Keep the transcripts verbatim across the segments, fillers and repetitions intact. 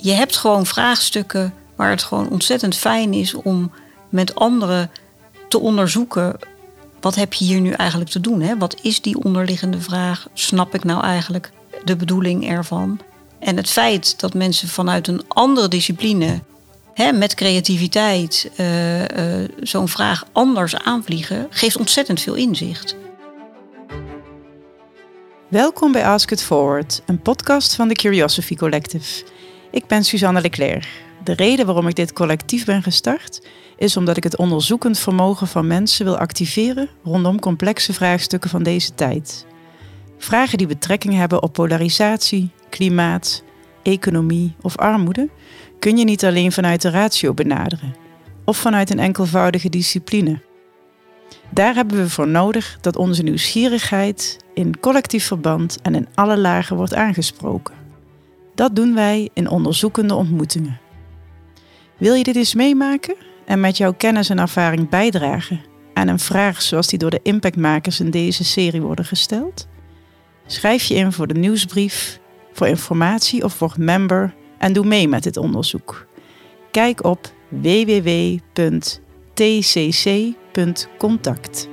je hebt gewoon vraagstukken waar het gewoon ontzettend fijn is om met anderen te onderzoeken, wat heb je hier nu eigenlijk te doen? Hè? Wat is die onderliggende vraag? Snap ik nou eigenlijk de bedoeling ervan? En het feit dat mensen vanuit een andere discipline, hè, met creativiteit, uh, uh, zo'n vraag anders aanvliegen, geeft ontzettend veel inzicht. Welkom bij Ask It Forward, een podcast van de Curiosophy Collective. Ik ben Suzanne Leclerc. De reden waarom ik dit collectief ben gestart is omdat ik het onderzoekend vermogen van mensen wil activeren rondom complexe vraagstukken van deze tijd. Vragen die betrekking hebben op polarisatie, klimaat, economie of armoede kun je niet alleen vanuit de ratio benaderen of vanuit een enkelvoudige discipline. Daar hebben we voor nodig dat onze nieuwsgierigheid in collectief verband en in alle lagen wordt aangesproken. Dat doen wij in onderzoekende ontmoetingen. Wil je dit eens meemaken en met jouw kennis en ervaring bijdragen aan een vraag zoals die door de impactmakers in deze serie worden gesteld? Schrijf je in voor de nieuwsbrief, voor informatie of word member en doe mee met dit onderzoek. Kijk op w w w punt t c c punt contact.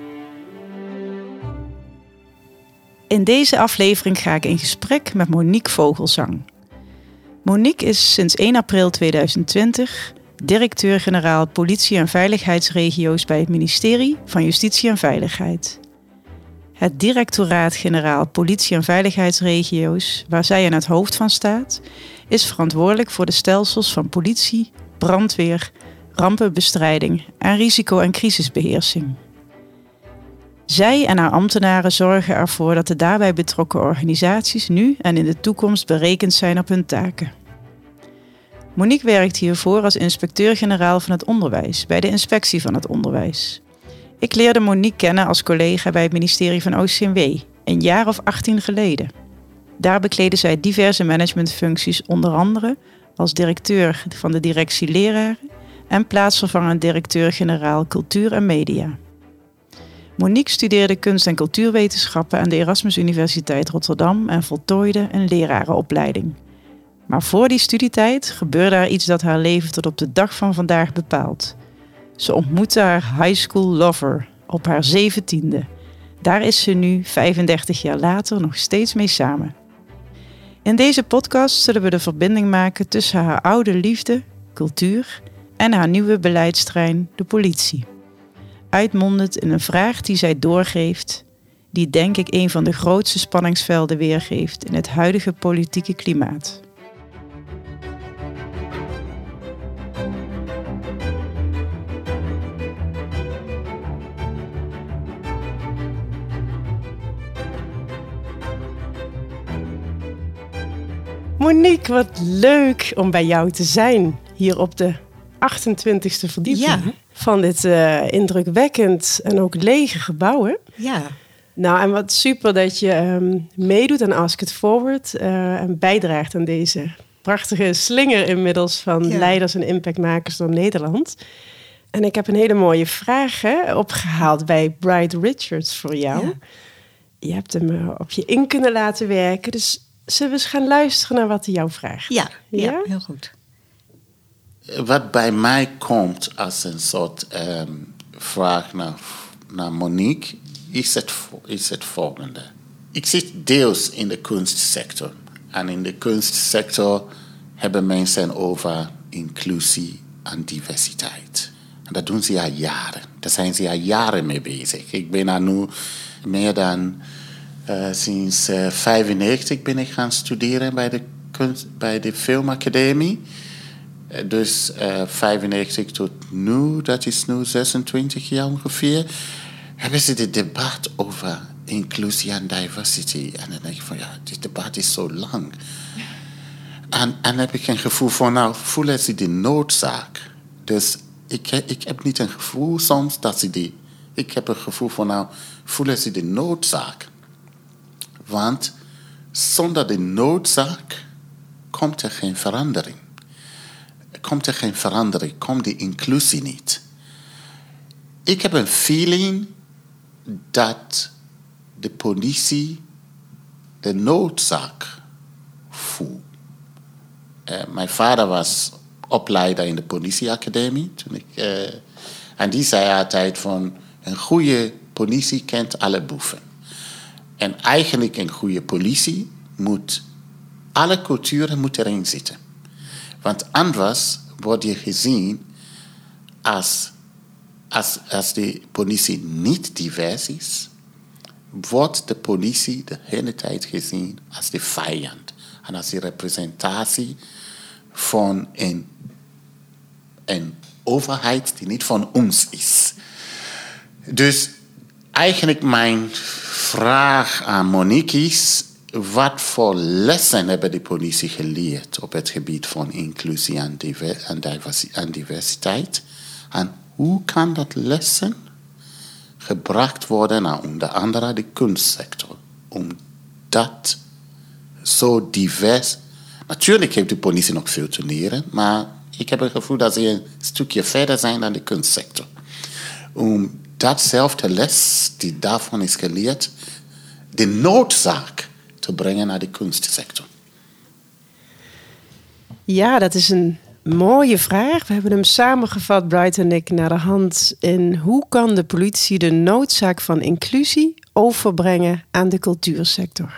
In deze aflevering ga ik in gesprek met Monique Vogelzang. Monique is sinds één april tweeduizend twintig directeur-generaal Politie- en Veiligheidsregio's bij het ministerie van Justitie en Veiligheid. Het Directoraat-Generaal Politie- en Veiligheidsregio's, waar zij aan het hoofd van staat, is verantwoordelijk voor de stelsels van politie, brandweer, rampenbestrijding en risico- en crisisbeheersing. Zij en haar ambtenaren zorgen ervoor dat de daarbij betrokken organisaties nu en in de toekomst berekend zijn op hun taken. Monique werkt hiervoor als inspecteur-generaal van het onderwijs bij de Inspectie van het Onderwijs. Ik leerde Monique kennen als collega bij het ministerie van O C M W, een jaar of achttien geleden. Daar bekleedde zij diverse managementfuncties, onder andere als directeur van de directie leraren en plaatsvervangend directeur-generaal cultuur en media. Monique studeerde kunst- en cultuurwetenschappen aan de Erasmus Universiteit Rotterdam en voltooide een lerarenopleiding. Maar voor die studietijd gebeurde er iets dat haar leven tot op de dag van vandaag bepaalt. Ze ontmoette haar high school lover op haar zeventiende. Daar is ze nu, vijfendertig jaar later, nog steeds mee samen. In deze podcast zullen we de verbinding maken tussen haar oude liefde, cultuur, en haar nieuwe beleidsterrein, de politie. Uitmondend in een vraag die zij doorgeeft, die denk ik een van de grootste spanningsvelden weergeeft in het huidige politieke klimaat. Monique, wat leuk om bij jou te zijn hier op de achtentwintigste verdieping ja. van dit uh, indrukwekkend en ook lege gebouw. Hè? Ja. Nou, en wat super dat je um, meedoet aan Ask It Forward uh, en bijdraagt aan deze prachtige slinger inmiddels van ja. leiders en impactmakers door Nederland. En ik heb een hele mooie vraag hè, opgehaald bij Bright Richards voor jou. Ja. Je hebt hem uh, op je in kunnen laten werken, dus zullen we eens gaan luisteren naar wat hij jou vraagt? Ja, ja? ja heel goed. Wat bij mij komt als een soort um, vraag naar, naar Monique, is het, is het volgende. Ik zit deels in de kunstsector. En in de kunstsector hebben mensen over inclusie en diversiteit. En dat doen ze al jaren. Daar zijn ze al jaren mee bezig. Ik ben er nu meer dan... Uh, sinds uh, vijfennegentig ben ik gaan studeren bij de, kunst, bij de filmacademie. Uh, dus uh, vijfennegentig tot nu, dat is nu zesentwintig jaar ongeveer, hebben ze dit debat over inclusie en diversity. En dan denk ik van ja, dit debat is zo lang. Ja. En dan heb ik een gevoel van nou, voelen ze de noodzaak. Dus ik, ik heb niet een gevoel soms dat ze die... Ik heb een gevoel van nou, voelen ze de noodzaak. Want zonder de noodzaak komt er geen verandering. Komt er geen verandering, komt die inclusie niet. Ik heb een feeling dat de politie de noodzaak voelt. Uh, mijn vader was opleider in de politieacademie. Toen ik, uh, en die zei altijd van, een goede politie kent alle boeven. En eigenlijk een goede politie moet, alle culturen moeten erin zitten. Want anders word je gezien als, als, als de politie niet divers is, wordt de politie de hele tijd gezien als de vijand. En als de representatie van een, een overheid die niet van ons is. Dus eigenlijk mijn vraag aan Monique is, wat voor lessen hebben de politie geleerd op het gebied van inclusie en, diver- en, diversi- en diversiteit? En hoe kan dat lessen gebracht worden naar onder andere de kunstsector? Om dat zo divers... Natuurlijk heeft de politie nog veel te leren, maar ik heb het gevoel dat ze een stukje verder zijn dan de kunstsector. Om datzelfde les die daarvan is geleerd, de noodzaak te brengen naar de kunstsector. Ja, dat is een mooie vraag. We hebben hem samengevat, Bright en ik, naar de hand in hoe kan de politie de noodzaak van inclusie overbrengen aan de cultuursector.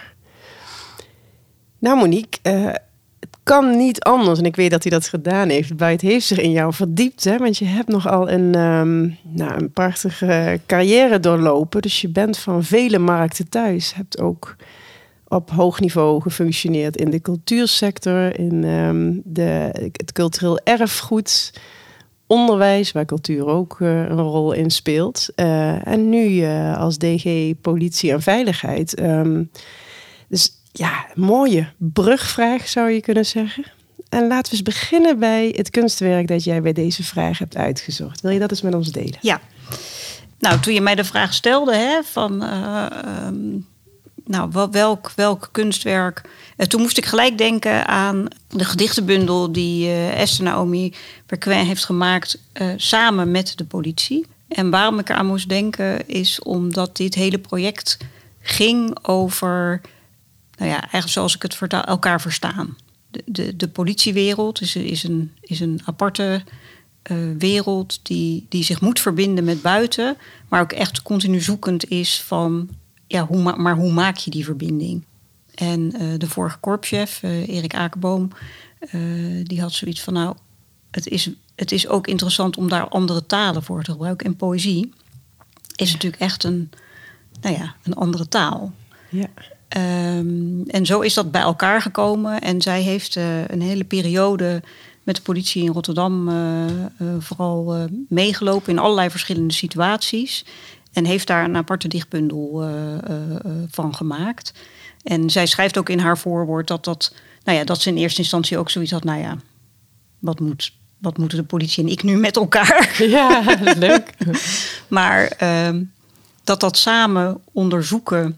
Nou Monique, uh, het kan niet anders. En ik weet dat hij dat gedaan heeft. Bright heeft zich in jou verdiept. Hè? Want je hebt nogal een, um, nou, een prachtige carrière doorlopen. Dus je bent van vele markten thuis. Hebt ook op hoog niveau gefunctioneerd in de cultuursector. In um, de, het cultureel erfgoed. Onderwijs, waar cultuur ook uh, een rol in speelt. Uh, en nu uh, als D G Politie en Veiligheid. Um, dus ja, mooie brugvraag zou je kunnen zeggen. En laten we eens beginnen bij het kunstwerk dat jij bij deze vraag hebt uitgezocht. Wil je dat eens met ons delen? Ja. Nou, toen je mij de vraag stelde, hè, van uh, um, nou, welk, welk kunstwerk... Uh, toen moest ik gelijk denken aan de gedichtenbundel die uh, Esther Naomi Berquin heeft gemaakt uh, samen met de politie. En waarom ik eraan moest denken is omdat dit hele project ging over... Nou ja, eigenlijk zoals ik het vertaal, elkaar verstaan. De, de, de politiewereld is, is, een, is een aparte uh, wereld die, die zich moet verbinden met buiten, maar ook echt continu zoekend is van, ja, hoe, maar hoe maak je die verbinding? En uh, de vorige korpschef, uh, Erik Akerboom, uh, die had zoiets van, nou, het is, het is ook interessant om daar andere talen voor te gebruiken. En poëzie is natuurlijk echt een, nou ja, een andere taal. Ja. Um, en zo is dat bij elkaar gekomen. En zij heeft uh, een hele periode met de politie in Rotterdam uh, uh, vooral uh, meegelopen in allerlei verschillende situaties. En heeft daar een aparte dichtbundel uh, uh, uh, van gemaakt. En zij schrijft ook in haar voorwoord dat, dat, nou ja, dat ze in eerste instantie ook zoiets had. Nou ja, wat, moet, wat moeten de politie en ik nu met elkaar? Ja, leuk. Maar uh, dat dat samen onderzoeken...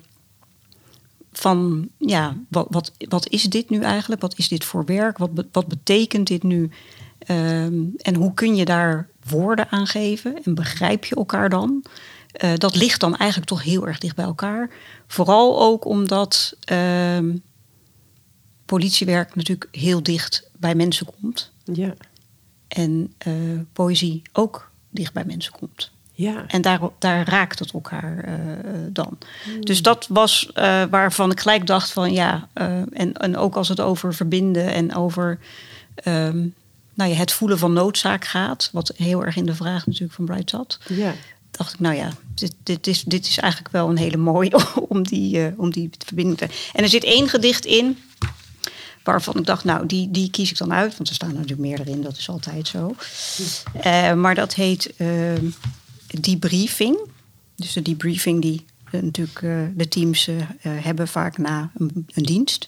van, ja, wat, wat, wat is dit nu eigenlijk? Wat is dit voor werk? Wat, be, wat betekent dit nu? Um, en hoe kun je daar woorden aan geven? En begrijp je elkaar dan? Uh, dat ligt dan eigenlijk toch heel erg dicht bij elkaar. Vooral ook omdat um, politiewerk natuurlijk heel dicht bij mensen komt. Ja. En uh, poëzie ook dicht bij mensen komt. Ja. En daar, daar raakt het elkaar uh, dan. Mm. Dus dat was uh, waarvan ik gelijk dacht van ja... Uh, en, en ook als het over verbinden en over um, nou ja, het voelen van noodzaak gaat... wat heel erg in de vraag natuurlijk van Bright zat... Ja. dacht ik, nou ja, dit, dit, is, dit is eigenlijk wel een hele mooie om die, uh, om die verbinding te... En er zit één gedicht in... waarvan ik dacht, nou, die, die kies ik dan uit. Want er staan er natuurlijk meerdere in, dat is altijd zo. Uh, maar dat heet... Uh, debriefing. Dus de debriefing die uh, natuurlijk uh, de teams uh, uh, hebben vaak na een, een dienst.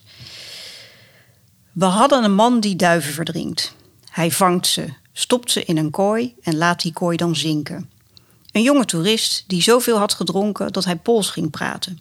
We hadden een man die duiven verdrinkt. Hij vangt ze, stopt ze in een kooi en laat die kooi dan zinken. Een jonge toerist die zoveel had gedronken dat hij Pools ging praten.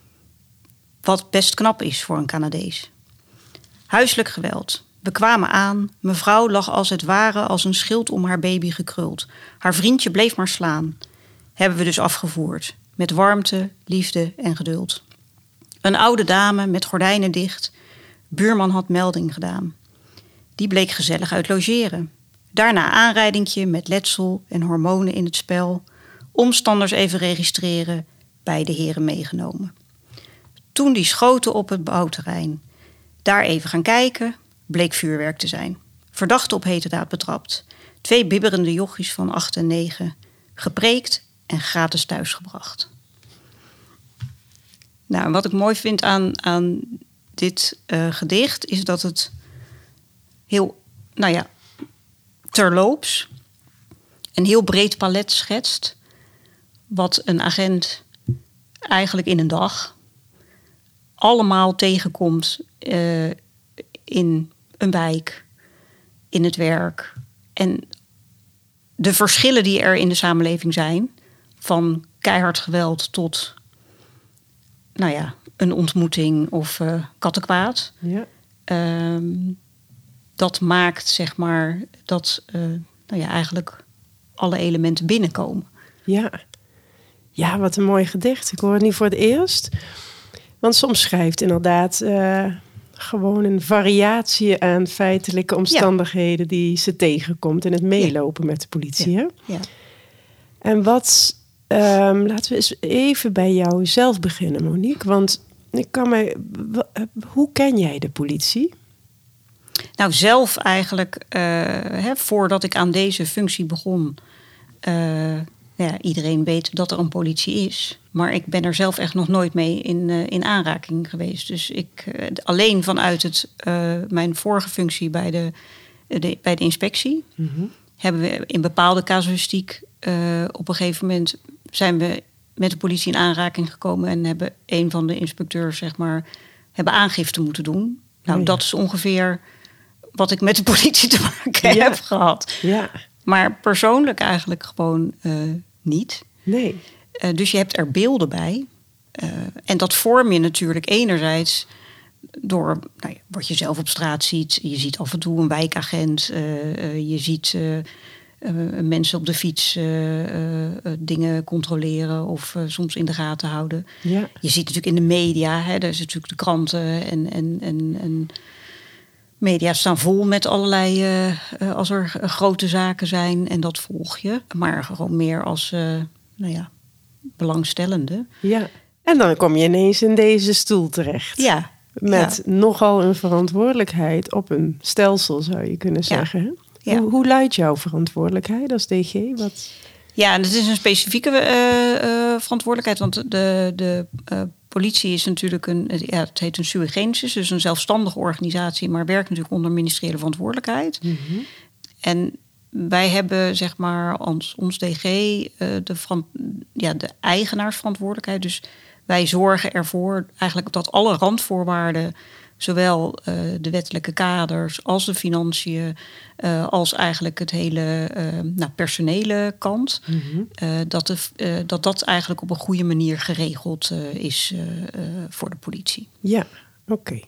Wat best knap is voor een Canadees. Huiselijk geweld. We kwamen aan. Mevrouw lag als het ware als een schild om haar baby gekruld. Haar vriendje bleef maar slaan. Hebben we dus afgevoerd. Met warmte, liefde en geduld. Een oude dame met gordijnen dicht. Buurman had melding gedaan. Die bleek gezellig uit logeren. Daarna aanrijdingje met letsel en hormonen in het spel. Omstanders even registreren, beide heren meegenomen. Toen die schoten op het bouwterrein. Daar even gaan kijken, bleek vuurwerk te zijn. Verdachte op heterdaad betrapt. Twee bibberende jochies van acht en negen. Gepreekt en gratis thuisgebracht. Nou, wat ik mooi vind aan, aan dit uh, gedicht is dat het heel, nou ja, terloops een heel breed palet schetst. Wat een agent eigenlijk in een dag allemaal tegenkomt uh, in een wijk, in het werk. En de verschillen die er in de samenleving zijn, van keihard geweld tot, nou ja, een ontmoeting of uh, kattenkwaad. Ja. Um, dat maakt, zeg maar, dat uh, nou ja, eigenlijk alle elementen binnenkomen. Ja. Ja, wat een mooi gedicht. Ik hoor het niet voor het eerst. Want soms schrijft inderdaad uh, gewoon een variatie aan feitelijke omstandigheden, ja, die ze tegenkomt in het meelopen, ja, met de politie. Ja. Hè? Ja. En wat, um, laten we eens even bij jou zelf beginnen, Monique. Want ik kan mij, hoe ken jij de politie? Nou, zelf eigenlijk, uh, hè, voordat ik aan deze functie begon, Uh, ja, iedereen weet dat er een politie is. Maar ik ben er zelf echt nog nooit mee in, uh, in aanraking geweest. Dus ik uh, alleen vanuit het, uh, mijn vorige functie bij de, de, bij de inspectie, mm-hmm, hebben we in bepaalde casuïstiek uh, op een gegeven moment zijn we met de politie in aanraking gekomen en hebben een van de inspecteurs, zeg maar, hebben aangifte moeten doen. Nou, ja, dat is ongeveer wat ik met de politie te maken, ja, heb gehad. Ja. Maar persoonlijk eigenlijk gewoon uh, niet. Nee. Uh, dus je hebt er beelden bij. Uh, en dat vorm je natuurlijk enerzijds door nou ja, wat je zelf op straat ziet. Je ziet af en toe een wijkagent. Uh, uh, je ziet uh, uh, mensen op de fiets uh, uh, dingen controleren of uh, soms in de gaten houden. Ja. Je ziet natuurlijk in de media, hè, er is natuurlijk de kranten en... en, en, en media staan vol met allerlei, uh, als er grote zaken zijn en dat volg je. Maar gewoon meer als, uh, nou ja, belangstellende. Ja, en dan kom je ineens in deze stoel terecht. Ja. Met ja. nogal een verantwoordelijkheid op een stelsel, zou je kunnen zeggen. Ja. Ja. Hoe, hoe luidt jouw verantwoordelijkheid als D G? Wat... Ja, en het is een specifieke uh, uh, verantwoordelijkheid, want de... de uh, politie is natuurlijk een, ja, het heet een sui generis, dus een zelfstandige organisatie, maar werkt natuurlijk onder ministeriële verantwoordelijkheid. Mm-hmm. En wij hebben, zeg maar, ons, ons D G uh, de, van, ja, de eigenaarsverantwoordelijkheid. Dus wij zorgen ervoor eigenlijk dat alle randvoorwaarden, zowel uh, de wettelijke kaders als de financiën, uh, als eigenlijk het hele uh, nou, personele kant, mm-hmm. uh, dat, de, uh, dat dat eigenlijk op een goede manier geregeld uh, is uh, uh, voor de politie. Ja, oké. Okay.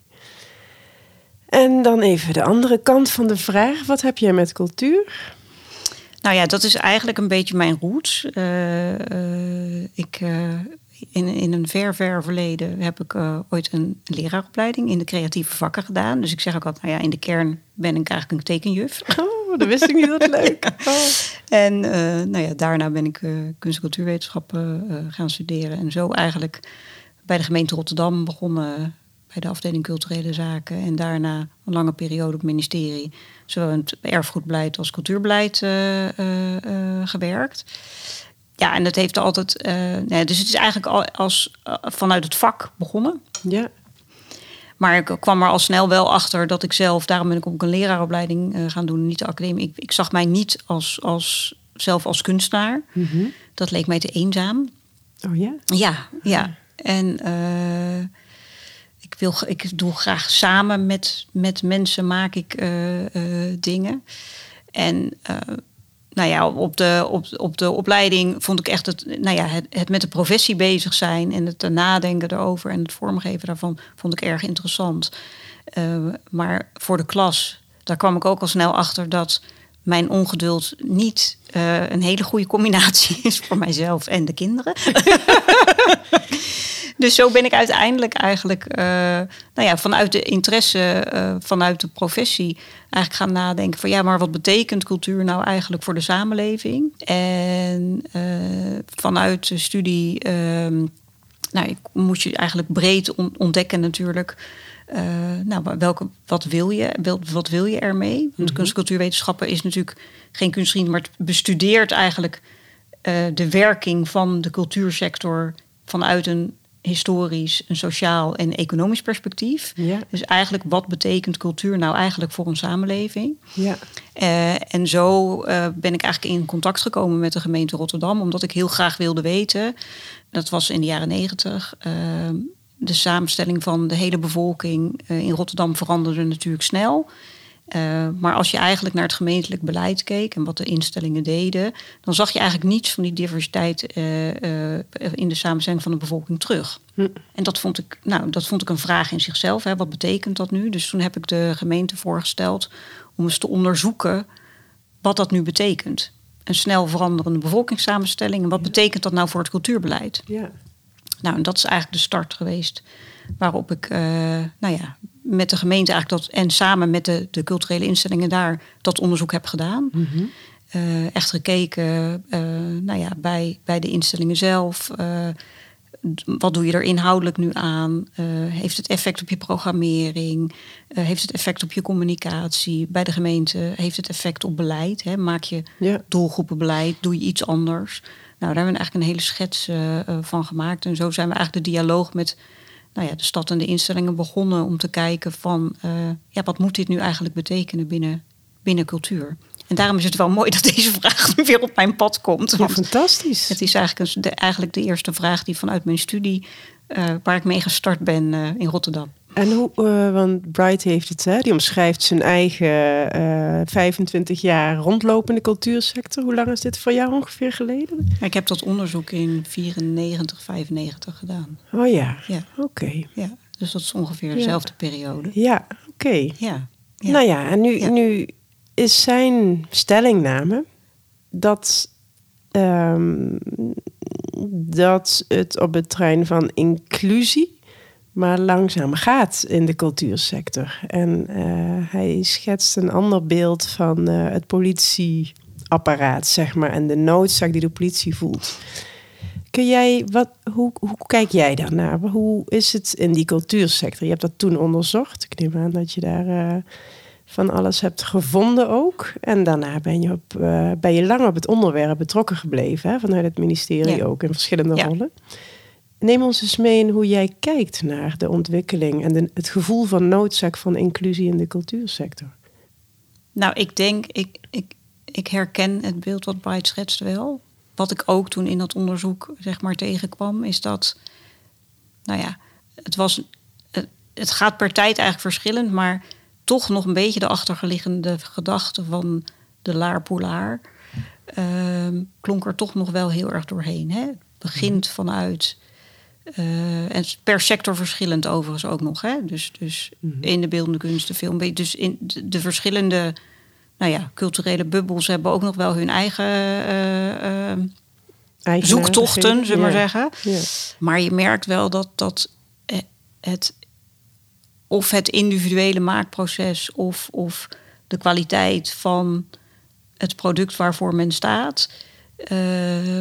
En dan even de andere kant van de vraag. Wat heb jij met cultuur? Nou ja, dat is eigenlijk een beetje mijn roots. Uh, uh, ik... Uh, In, in een ver, ver verleden heb ik uh, ooit een leraaropleiding in de creatieve vakken gedaan. Dus ik zeg ook altijd, nou ja, in de kern ben ik eigenlijk een tekenjuf. Oh, dat wist ik niet, dat leuk. Oh. En uh, nou ja, daarna ben ik uh, kunst- en cultuurwetenschappen uh, gaan studeren. En zo eigenlijk bij de gemeente Rotterdam begonnen bij de afdeling culturele zaken. En daarna een lange periode op het ministerie, zowel in het erfgoedbeleid als cultuurbeleid uh, uh, uh, gewerkt. Ja, en dat heeft altijd... Uh, nee, dus het is eigenlijk al als, uh, vanuit het vak begonnen. Ja. Maar ik kwam er al snel wel achter dat ik zelf... Daarom ben ik ook een leraaropleiding uh, gaan doen, niet de academie. Ik, ik zag mij niet als, als, zelf als kunstenaar. Mm-hmm. Dat leek mij te eenzaam. Oh ja? Ja, ja. En uh, ik, wil, ik doe graag samen met, met mensen maak ik uh, uh, dingen. En... Uh, Nou ja, op de, op, op de opleiding vond ik echt het, nou ja, het, het met de professie bezig zijn en het nadenken erover en het vormgeven daarvan vond ik erg interessant. Uh, maar voor de klas, daar kwam ik ook al snel achter dat mijn ongeduld niet uh, een hele goede combinatie is voor mijzelf en de kinderen. Dus zo ben ik uiteindelijk eigenlijk uh, nou ja, vanuit de interesse, uh, vanuit de professie eigenlijk gaan nadenken van ja, maar wat betekent cultuur nou eigenlijk voor de samenleving? En uh, vanuit de studie, uh, nou, moet je eigenlijk breed ontdekken natuurlijk. Uh, nou, welke, wat wil je? Wat wil je ermee? Want mm-hmm. kunst- en cultuurwetenschappen is natuurlijk geen kunstgeschiedenis, maar het bestudeert eigenlijk uh, de werking van de cultuursector vanuit een historisch, een sociaal en economisch perspectief. Ja. Dus eigenlijk, wat betekent cultuur nou eigenlijk voor een samenleving? Ja. Uh, en zo uh, ben ik eigenlijk in contact gekomen met de gemeente Rotterdam, omdat ik heel graag wilde weten, dat was in de jaren negentig, uh, de samenstelling van de hele bevolking uh, in Rotterdam veranderde natuurlijk snel. Uh, maar als je eigenlijk naar het gemeentelijk beleid keek en wat de instellingen deden, dan zag je eigenlijk niets van die diversiteit uh, uh, in de samenstelling van de bevolking terug. Hm. En dat vond ik, nou, dat vond ik een vraag in zichzelf. Hè. Wat betekent dat nu? Dus toen heb ik de gemeente voorgesteld om eens te onderzoeken wat dat nu betekent. Een snel veranderende bevolkingssamenstelling. En wat ja. betekent dat nou voor het cultuurbeleid? Ja. Nou, en dat is eigenlijk de start geweest waarop ik, uh, nou ja, met de gemeente eigenlijk dat en samen met de, de culturele instellingen daar dat onderzoek heb gedaan. Mm-hmm. Uh, echt gekeken, uh, nou ja, bij, bij de instellingen zelf. Uh, wat doe je er inhoudelijk nu aan? Uh, heeft het effect op je programmering? Uh, heeft het effect op je communicatie? Bij de gemeente heeft het effect op beleid? Hè? Maak je ja. doelgroepenbeleid? Doe je iets anders? Nou, daar hebben we eigenlijk een hele schets uh, van gemaakt. En zo zijn we eigenlijk de dialoog met nou ja, de stad en de instellingen begonnen om te kijken van uh, ja, wat moet dit nu eigenlijk betekenen binnen, binnen cultuur? En daarom is het wel mooi dat deze vraag nu weer op mijn pad komt. Ja, fantastisch. Het is eigenlijk, een, de, eigenlijk de eerste vraag die vanuit mijn studie, uh, waar ik mee gestart ben uh, in Rotterdam. En hoe, uh, want Bright heeft het, hè? Die omschrijft zijn eigen uh, vijfentwintig jaar rondlopende cultuursector. Hoe lang is dit voor jou ongeveer geleden? Ik heb dat onderzoek in vierennegentig, vijfennegentig gedaan. Oh ja, ja. oké. Okay. Ja, dus dat is ongeveer dezelfde ja. periode. Ja, oké. Okay. Ja, ja. Nou ja, en nu, ja. nu is zijn stellingname dat, um, dat het op het terrein van inclusie maar langzaam gaat in de cultuursector. En uh, hij schetst een ander beeld van uh, het politieapparaat, zeg maar, en de noodzaak die de politie voelt. Kun jij, wat, hoe, hoe kijk jij daarnaar? Hoe is het in die cultuursector? Je hebt dat toen onderzocht. Ik neem aan dat je daar uh, van alles hebt gevonden ook. En daarna ben je, op, uh, ben je lang op het onderwerp betrokken gebleven, hè? Vanuit het ministerie ja. ook in verschillende ja. rollen. Neem ons eens mee in hoe jij kijkt naar de ontwikkeling en de, het gevoel van noodzaak van inclusie in de cultuursector. Nou, ik denk, ik, ik, ik herken het beeld wat Bright schetst wel. Wat ik ook toen in dat onderzoek zeg maar tegenkwam, is dat, nou ja, het was, het, het gaat per tijd eigenlijk verschillend, maar toch nog een beetje de achterliggende gedachte van de laarpoelaar uh, klonk er toch nog wel heel erg doorheen. Hè? Het begint vanuit Uh, en per sector verschillend overigens ook nog. Hè? Dus, dus mm-hmm. in de beeldende kunst, de film. Dus in de, de verschillende nou ja, culturele bubbels hebben ook nog wel hun eigen uh, uh, zoektochten, zullen we maar ja. zeggen. Ja. Maar je merkt wel dat, dat het, of het individuele maakproces of, of de kwaliteit van het product waarvoor men staat, Uh,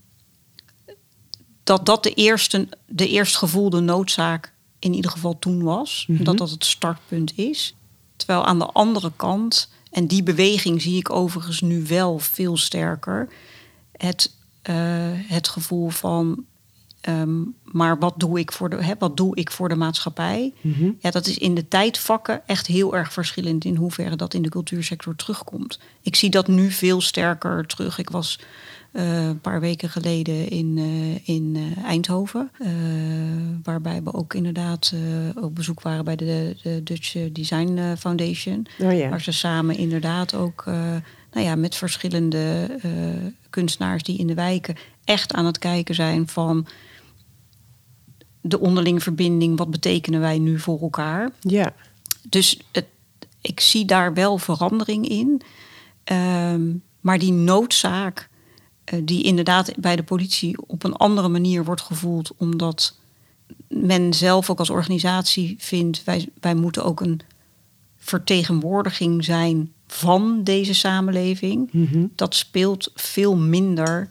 dat dat de eerste, de eerst gevoelde noodzaak in ieder geval toen was. Mm-hmm. Dat dat het startpunt is. Terwijl aan de andere kant, en die beweging zie ik overigens nu wel veel sterker, het, uh, het gevoel van, um, maar wat doe ik voor de, hè, wat doe ik voor de maatschappij? Mm-hmm. Ja, dat is in de tijdvakken echt heel erg verschillend in hoeverre dat in de cultuursector terugkomt. Ik zie dat nu veel sterker terug. Ik was Uh, een paar weken geleden in, uh, in uh, Eindhoven. Uh, waarbij we ook inderdaad uh, op bezoek waren bij de, de Dutch Design Foundation. Oh ja. Waar ze samen inderdaad ook uh, nou ja, met verschillende uh, kunstenaars die in de wijken echt aan het kijken zijn van de onderlinge verbinding. Wat betekenen wij nu voor elkaar? Ja. Dus het, ik zie daar wel verandering in. Um, maar die noodzaak, uh, die inderdaad bij de politie op een andere manier wordt gevoeld, omdat men zelf ook als organisatie vindt, wij, wij moeten ook een vertegenwoordiging zijn van deze samenleving. Mm-hmm. Dat speelt veel minder,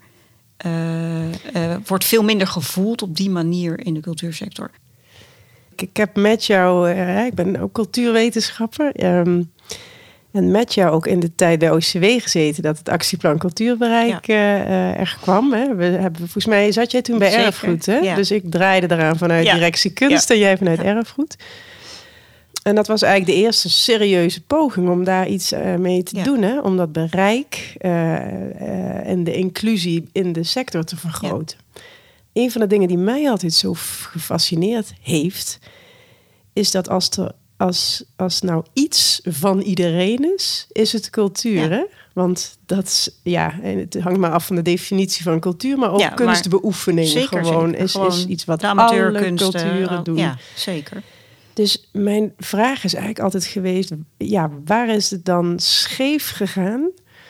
uh, uh, wordt veel minder gevoeld op die manier in de cultuursector. Ik heb met jou, uh, ik ben ook cultuurwetenschapper, um, en met jou ook in de tijd bij O C W gezeten dat het actieplan cultuurbereik ja. uh, er kwam. Hè. We hebben, volgens mij zat jij toen bij Zeker. Erfgoed, hè? Ja. Dus ik draaide eraan vanuit ja. directie kunst ja. en jij vanuit ja. Erfgoed. En dat was eigenlijk de eerste serieuze poging om daar iets uh, mee te ja. doen. Hè? Om dat bereik uh, uh, en de inclusie in de sector te vergroten. Ja. Een van de dingen die mij altijd zo gefascineerd heeft, is dat als er Als, als nou iets van iedereen is, is het cultuur. Ja. Hè? Want dat is, ja, het hangt maar af van de definitie van cultuur, maar ook ja, kunstbeoefening. Zeker, gewoon, zeker. Is, gewoon is iets wat alle culturen doen. Ja, zeker. Dus mijn vraag is eigenlijk altijd geweest, ja, waar is het dan scheef gegaan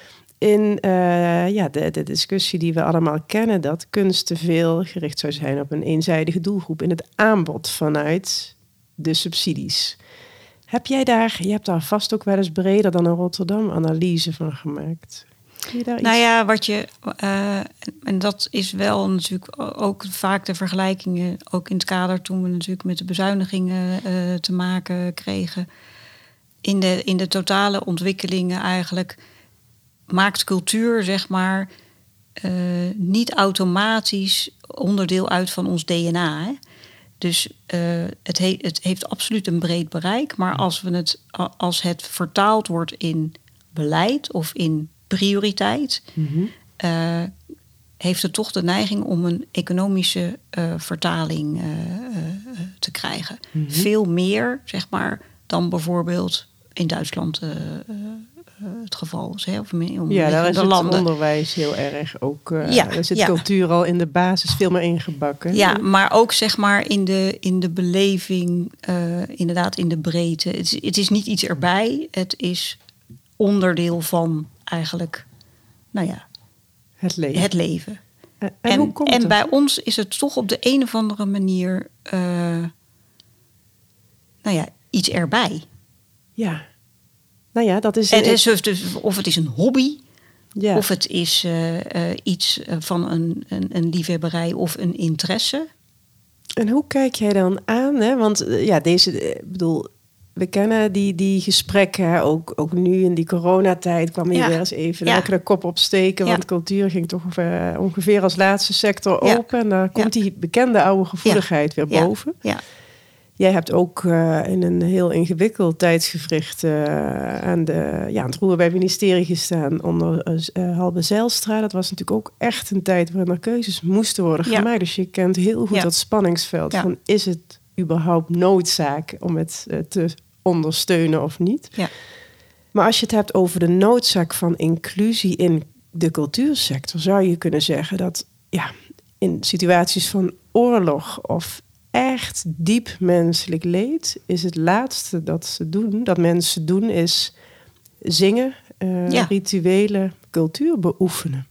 in uh, ja, de, de discussie die we allemaal kennen, dat kunst te veel gericht zou zijn op een eenzijdige doelgroep in het aanbod vanuit de subsidies. Heb jij daar, je hebt daar vast ook wel eens breder dan een Rotterdam analyse van gemaakt. Kun je daar nou iets... ja, wat je, uh, en dat is wel natuurlijk ook vaak de vergelijkingen, ook in het kader toen we natuurlijk met de bezuinigingen uh, te maken kregen. In de, in de totale ontwikkelingen eigenlijk maakt cultuur, zeg maar, uh, niet automatisch onderdeel uit van ons D N A, hè? Dus uh, het, he- het heeft absoluut een breed bereik. Maar als, we het, als het vertaald wordt in beleid of in prioriteit, Mm-hmm. Uh, heeft het toch de neiging om een economische uh, vertaling uh, uh, te krijgen. Mm-hmm. Veel meer, zeg maar, dan bijvoorbeeld in Duitsland uh, uh, het geval is. Hè? Of om ja, daar is de het landen. onderwijs heel erg ook. Uh, ja, daar zit ja. cultuur al in de basis veel meer ingebakken. Ja, maar ook zeg maar in de, in de beleving, uh, inderdaad in de breedte. Het is, het is niet iets erbij. Het is onderdeel van eigenlijk, nou ja, het leven. Het leven. En, en, en hoe komt en dat? bij ons is het toch op de een of andere manier, uh, nou ja, iets erbij. Ja. Nou ja, dat is... Het is dus, of het is een hobby, ja. of het is uh, uh, iets van een, een, een liefhebberij of een interesse. En hoe kijk jij dan aan? Hè? Want uh, ja, deze, ik bedoel, we kennen die, die gesprekken, ook, ook nu in die coronatijd kwam je ja. weer eens even ja. de kop opsteken, ja. want cultuur ging toch uh, ongeveer als laatste sector ja. open. En daar komt ja. die bekende oude gevoeligheid ja. weer boven. Ja. Ja. Jij hebt ook uh, in een heel ingewikkeld tijdsgevricht uh, aan, de, ja, aan het roer bij het ministerie gestaan onder uh, Halbe Zijlstra. Dat was natuurlijk ook echt een tijd waarin er keuzes moesten worden ja. gemaakt. Dus je kent heel goed ja. dat spanningsveld ja. van is het überhaupt noodzaak om het uh, te ondersteunen of niet. Ja. Maar als je het hebt over de noodzaak van inclusie in de cultuursector, zou je kunnen zeggen dat ja, in situaties van oorlog of echt diep menselijk leed, is het laatste dat ze doen, dat mensen doen, is zingen, uh, ja. rituele cultuur beoefenen.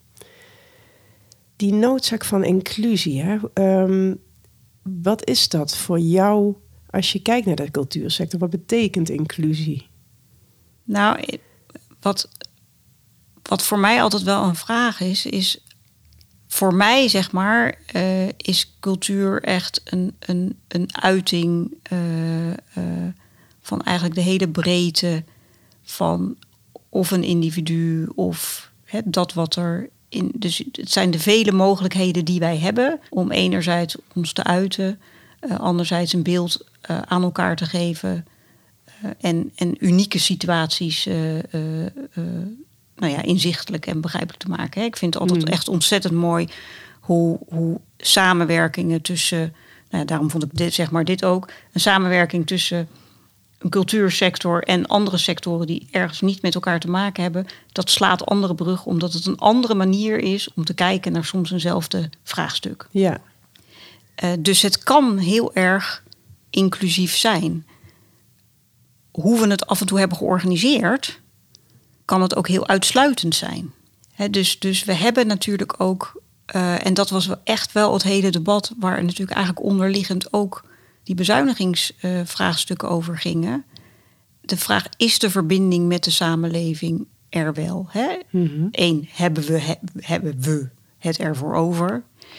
Die noodzaak van inclusie, hè? Um, wat is dat voor jou als je kijkt naar de cultuursector? Wat betekent inclusie? Nou, wat, wat voor mij altijd wel een vraag is, is voor mij, zeg maar, uh, is cultuur echt een, een, een uiting uh, uh, van eigenlijk de hele breedte van of een individu of hè, dat wat er in. Dus het zijn de vele mogelijkheden die wij hebben om enerzijds ons te uiten, uh, anderzijds een beeld uh, aan elkaar te geven uh, en, en unieke situaties Uh, uh, uh, nou ja, inzichtelijk en begrijpelijk te maken. Hè. Ik vind het altijd mm. echt ontzettend mooi hoe, hoe samenwerkingen tussen, nou ja, daarom vond ik dit, zeg maar dit ook, een samenwerking tussen een cultuursector en andere sectoren die ergens niet met elkaar te maken hebben, dat slaat andere bruggen, omdat het een andere manier is om te kijken naar soms eenzelfde vraagstuk. Ja. Uh, dus het kan heel erg inclusief zijn. Hoe we het af en toe hebben georganiseerd, kan het ook heel uitsluitend zijn. He, dus, dus we hebben natuurlijk ook, uh, en dat was wel echt wel het hele debat, waar natuurlijk eigenlijk onderliggend ook die bezuinigingsvraagstukken uh, over gingen. De vraag, is de verbinding met de samenleving er wel? Hè? Mm-hmm. Eén, hebben we, he, hebben we het ervoor over?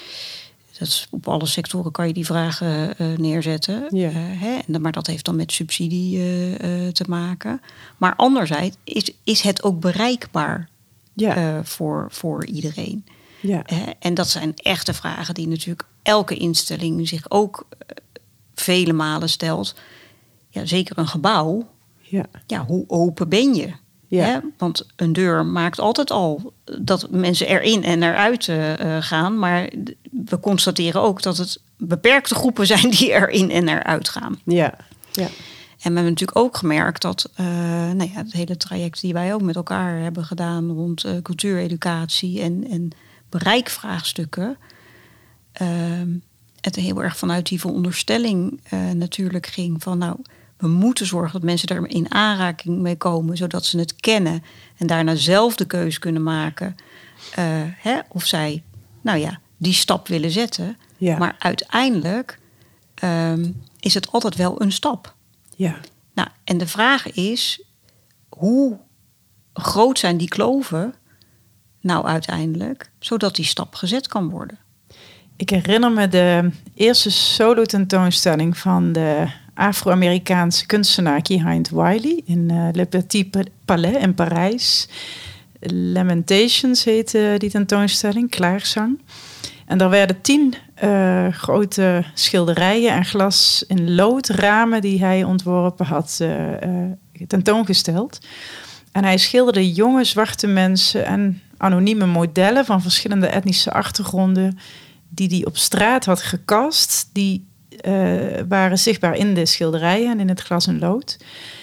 Dat is, op alle sectoren kan je die vragen uh, neerzetten. Ja. Uh, hè? Maar dat heeft dan met subsidie uh, uh, te maken. Maar anderzijds is, is het ook bereikbaar ja. uh, voor, voor iedereen. Ja. Uh, en dat zijn echte vragen die natuurlijk elke instelling zich ook uh, vele malen stelt. Ja, zeker een gebouw. Ja. Ja, hoe open ben je? Ja. Hè? Want een deur maakt altijd al dat mensen erin en eruit uh, gaan. Maar we constateren ook dat het beperkte groepen zijn die erin en eruit gaan. Ja. Ja. En we hebben natuurlijk ook gemerkt dat uh, nou ja, het hele traject die wij ook met elkaar hebben gedaan rond uh, cultuureducatie en, en bereikvraagstukken. Uh, het heel erg vanuit die veronderstelling uh, natuurlijk ging van nou, we moeten zorgen dat mensen er in aanraking mee komen, zodat ze het kennen en daarna zelf de keus kunnen maken uh, hè, of zij, nou ja, die stap willen zetten. Ja. Maar uiteindelijk um, is het altijd wel een stap. Ja. Nou, en de vraag is, hoe groot zijn die kloven nou uiteindelijk, zodat die stap gezet kan worden? Ik herinner me de eerste solo-tentoonstelling van de Afro-Amerikaanse kunstenaar Kehinde Wiley in uh, Le Petit Palais in Parijs. Lamentations heette die tentoonstelling, klaarzang. En daar werden tien uh, grote schilderijen en glas in lood ramen die hij ontworpen had uh, uh, tentoongesteld. En hij schilderde jonge zwarte mensen en anonieme modellen van verschillende etnische achtergronden die hij op straat had gekast. Die uh, waren zichtbaar in de schilderijen en in het glas en lood.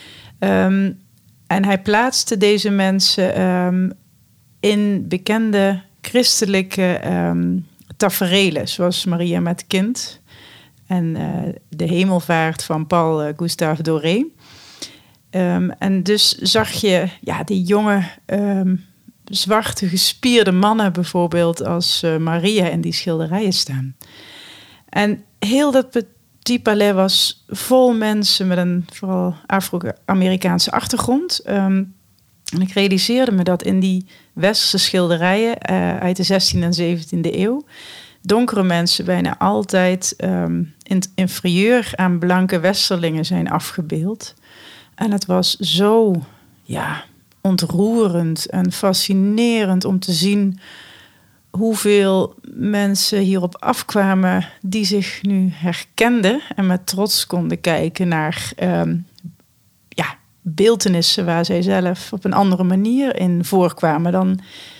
Um, en hij plaatste deze mensen um, in bekende christelijke um, taferelen, zoals Maria met kind en uh, de hemelvaart van Paul uh, Gustave Doré. Um, en dus zag je ja, die jonge um, zwarte gespierde mannen bijvoorbeeld als uh, Maria in die schilderijen staan. En heel dat Petit Palais was vol mensen met een vooral Afro-Amerikaanse achtergrond. Um, en ik realiseerde me dat in die westerse schilderijen uh, uit de zestiende en zeventiende eeuw donkere mensen bijna altijd um, in, inferieur aan blanke westerlingen zijn afgebeeld. En het was zo ja, ontroerend en fascinerend om te zien hoeveel mensen hierop afkwamen die zich nu herkenden en met trots konden kijken naar um, ja, beeltenissen waar zij zelf op een andere manier in voorkwamen dan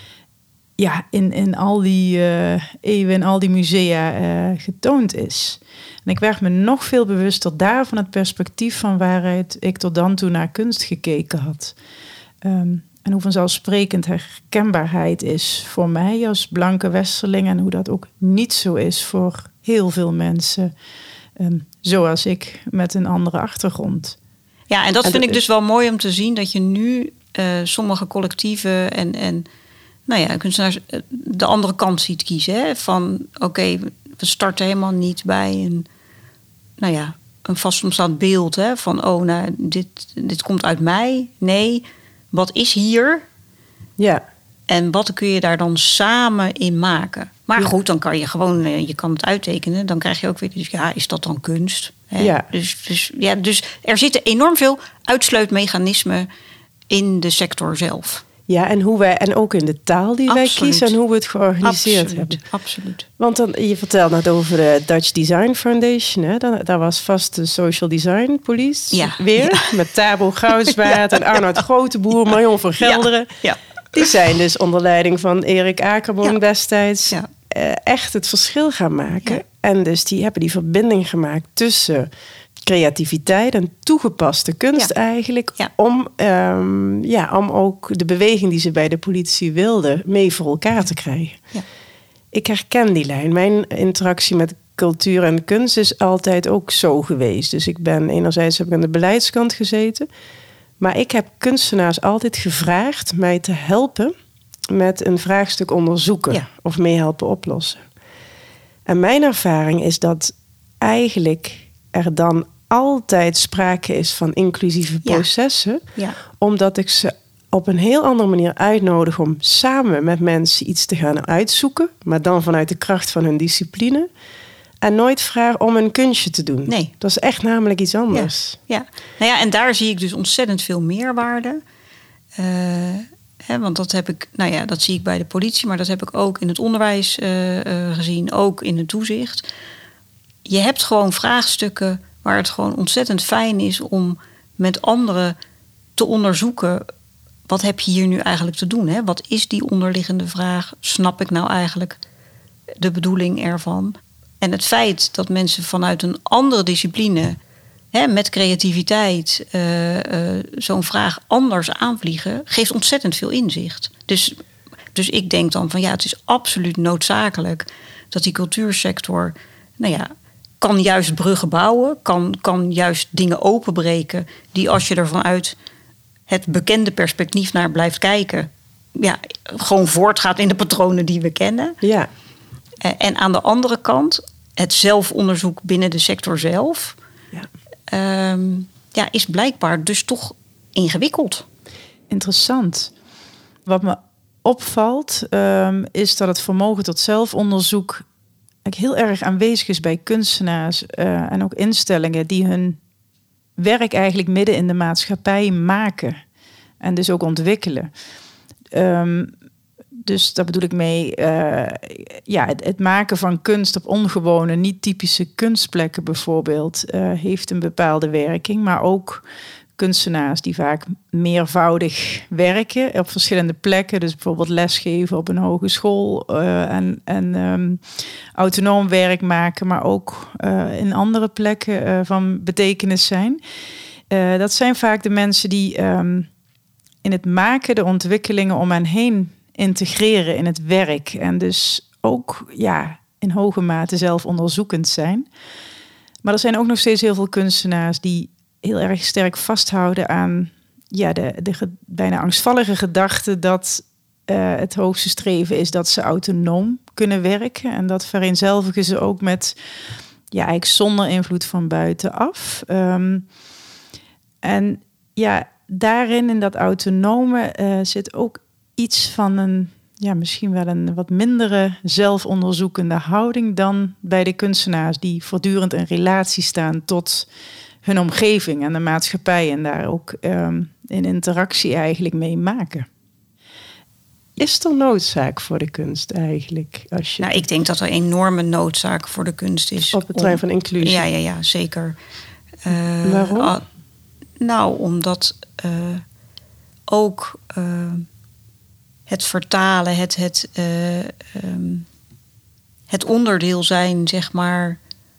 ja, in, in al die uh, eeuwen in al die musea uh, getoond is. En ik werd me nog veel bewuster daar van het perspectief van waaruit ik tot dan toe naar kunst gekeken had. Um, en hoe vanzelfsprekend herkenbaarheid is voor mij als blanke westerling en hoe dat ook niet zo is voor heel veel mensen um, zoals ik met een andere achtergrond. Ja, en dat en vind dat, ik dus wel mooi om te zien dat je nu uh, sommige collectieven en, en nou ja, kunstenaars de andere kant ziet kiezen. Hè? Van oké, okay, we starten helemaal niet bij een, nou ja, een vastomstaand beeld. Hè? Van oh, nou, dit, dit komt uit mij. Nee, wat is hier? Ja. En wat kun je daar dan samen in maken? Maar ja. goed, dan kan je gewoon, je kan het uittekenen. Dan krijg je ook weer, dus ja, is dat dan kunst? Hè? Ja. Dus, dus, ja, dus er zitten enorm veel uitsluitmechanismen in de sector zelf. Ja, en, hoe wij, en ook in de taal die absoluut. wij kiezen en hoe we het georganiseerd absoluut, hebben. Absoluut. Want dan, je vertelt net over de Dutch Design Foundation. Hè? Daar, daar was vast de Social Design Police ja. weer. Ja. Met Thabo Goudswaard ja. en Arnoud Groteboer, Marion van Gelderen. Ja. Ja. Die zijn dus onder leiding van Erik Akerboom ja. destijds ja. Uh, echt het verschil gaan maken. Ja. En dus die hebben die verbinding gemaakt tussen creativiteit en toegepaste kunst ja. eigenlijk. Ja. Om, um, ja, om ook de beweging die ze bij de politie wilden mee voor elkaar te krijgen. Ja. Ik herken die lijn. Mijn interactie met cultuur en kunst is altijd ook zo geweest. Dus ik ben enerzijds heb ik aan de beleidskant gezeten. Maar ik heb kunstenaars altijd gevraagd mij te helpen met een vraagstuk onderzoeken ja. of meehelpen oplossen. En mijn ervaring is dat eigenlijk er dan altijd sprake is van inclusieve processen. Ja. Ja. Omdat ik ze op een heel andere manier uitnodig om samen met mensen iets te gaan uitzoeken. Maar dan vanuit de kracht van hun discipline. En nooit vraag om een kunstje te doen. Nee. Dat is echt namelijk iets anders. Ja, ja. Nou ja, en daar zie ik dus ontzettend veel meerwaarde. Uh, hè, want dat heb ik, nou ja, dat zie ik bij de politie, maar dat heb ik ook in het onderwijs uh, uh, gezien, ook in het toezicht. Je hebt gewoon vraagstukken waar het gewoon ontzettend fijn is om met anderen te onderzoeken. Wat heb je hier nu eigenlijk te doen? Hè? Wat is die onderliggende vraag? Snap ik nou eigenlijk de bedoeling ervan? En het feit dat mensen vanuit een andere discipline, hè, met creativiteit, uh, uh, zo'n vraag anders aanvliegen, geeft ontzettend veel inzicht. Dus, dus ik denk dan van ja, het is absoluut noodzakelijk dat die cultuursector, nou ja, kan juist bruggen bouwen, kan, kan juist dingen openbreken die als je er vanuit het bekende perspectief naar blijft kijken, ja, gewoon voortgaat in de patronen die we kennen. Ja. En aan de andere kant, het zelfonderzoek binnen de sector zelf, ja. Um, ja, is blijkbaar dus toch ingewikkeld. Interessant. Wat me opvalt, um, is dat het vermogen tot zelfonderzoek heel erg aanwezig is bij kunstenaars uh, en ook instellingen die hun werk eigenlijk midden in de maatschappij maken en dus ook ontwikkelen. Um, Dus daar bedoel ik mee, uh, ja, het, het maken van kunst op ongewone, niet typische kunstplekken bijvoorbeeld, uh, heeft een bepaalde werking. Maar ook kunstenaars die vaak meervoudig werken op verschillende plekken. Dus bijvoorbeeld lesgeven op een hogeschool uh, en, en um, autonoom werk maken, maar ook uh, in andere plekken uh, van betekenis zijn. Uh, dat zijn vaak de mensen die um, in het maken de ontwikkelingen om hen heen integreren in het werk. En dus ook ja, in hoge mate zelfonderzoekend zijn. Maar er zijn ook nog steeds heel veel kunstenaars die heel erg sterk vasthouden aan ja, de, de bijna angstvallige gedachte dat uh, het hoogste streven is dat ze autonoom kunnen werken. En dat vereenzelvigen ze ook met ja, eigenlijk zonder invloed van buitenaf. Um, en ja, daarin, in dat autonome, uh, zit ook iets van een, ja, misschien wel een wat mindere zelfonderzoekende houding dan bij de kunstenaars die voortdurend in relatie staan tot hun omgeving en de maatschappij en daar ook um, in interactie eigenlijk mee maken. Is er noodzaak voor de kunst eigenlijk? Als je nou, ik denk dat er enorme noodzaak voor de kunst is. Op het terrein van inclusie? Ja, ja, ja, zeker. Uh, Waarom? Uh, nou, omdat uh, ook Uh, het vertalen, het, het, uh, um, het onderdeel zijn, zeg maar,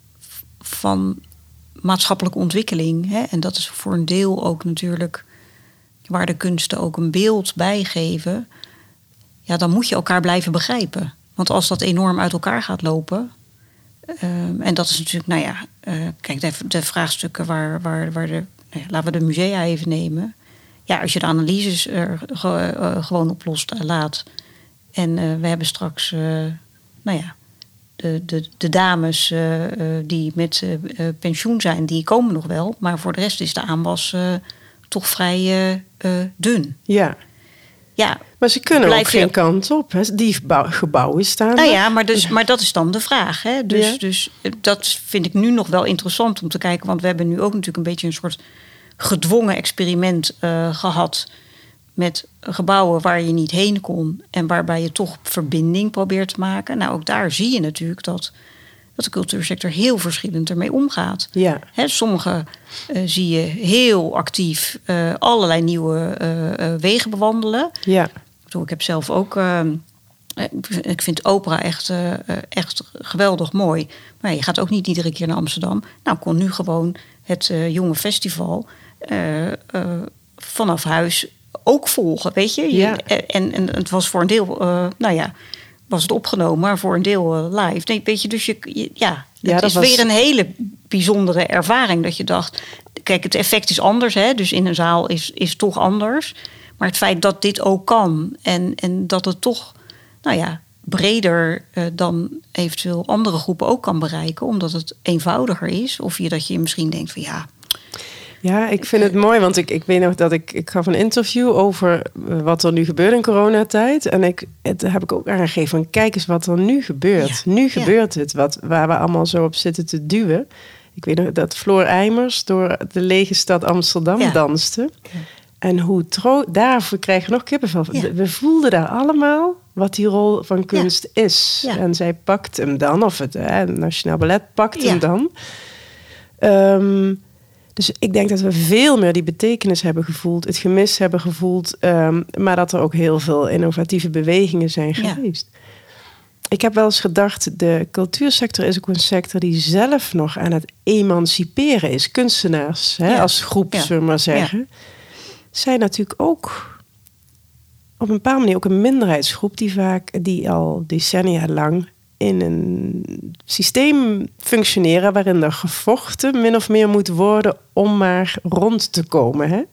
van maatschappelijke ontwikkeling. Hè? En dat is voor een deel ook natuurlijk waar de kunsten ook een beeld bij geven. Ja, dan moet je elkaar blijven begrijpen. Want als dat enorm uit elkaar gaat lopen. Um, en dat is natuurlijk, nou ja, uh, kijk, de, de vraagstukken waar, waar, waar de. Nou ja, laten we de musea even nemen. Ja, als je de analyses er ge, uh, gewoon op los laat. En uh, we hebben straks, uh, nou ja, de, de, de dames uh, uh, die met uh, uh, pensioen zijn, die komen nog wel. Maar voor de rest is de aanwas uh, toch vrij uh, uh, dun. Ja. Ja, maar ze kunnen ook geen kant op. Hè? Die gebouwen staan. Nou ja, maar, dus, maar dat is dan de vraag. Hè? Dus, ja. dus dat vind ik nu nog wel interessant om te kijken. Want we hebben nu ook natuurlijk een beetje een soort gedwongen experiment uh, gehad met gebouwen waar je niet heen kon en waarbij je toch verbinding probeert te maken. Nou, ook daar zie je natuurlijk dat, dat de cultuursector heel verschillend ermee omgaat. Ja. Hè, sommige uh, zie je heel actief uh, allerlei nieuwe uh, uh, wegen bewandelen. Ja. Ik bedoel, ik heb zelf ook Uh, ik vind opera echt, uh, echt geweldig mooi. Maar je gaat ook niet iedere keer naar Amsterdam. Nou, kon nu gewoon het uh, jonge festival Uh, uh, vanaf huis ook volgen, weet je. Ja. En, en het was voor een deel, uh, nou ja, was het opgenomen, maar voor een deel uh, live. Nee, weet je, dus je, je ja, het ja, is was weer een hele bijzondere ervaring dat je dacht, kijk, het effect is anders. Hè? Dus in een zaal is, is toch anders. Maar het feit dat dit ook kan en, en dat het toch, nou ja, breder uh, dan eventueel andere groepen ook kan bereiken, omdat het eenvoudiger is. Of je dat je misschien denkt van ja. Ja, ik vind het mooi, want ik, ik weet nog dat ik, ik gaf een interview over wat er nu gebeurt in coronatijd. En ik, het heb ik ook aangegeven van kijk eens wat er nu gebeurt. Ja. Nu gebeurt ja. het, wat, waar we allemaal zo op zitten te duwen. Ik weet nog dat Floor Eimers door de lege stad Amsterdam ja. danste. Ja. En hoe tro- daarvoor krijgen we nog kippenvel. Ja. We voelden daar allemaal wat die rol van kunst ja. is. Ja. En zij pakt hem dan, of het eh, Nationaal Ballet pakt ja. hem dan. Um, dus ik denk dat we veel meer die betekenis hebben gevoeld, het gemis hebben gevoeld, um, maar dat er ook heel veel innovatieve bewegingen zijn geweest. Ja. Ik heb wel eens gedacht, de cultuursector is ook een sector die zelf nog aan het emanciperen is. Kunstenaars, hè, ja. als groep, ja. zullen we maar zeggen. Ja. Zijn natuurlijk ook op een bepaalde manier ook een minderheidsgroep die vaak, die al decennia lang in een systeem functioneren waarin er gevochten min of meer moet worden om maar rond te komen. Hè?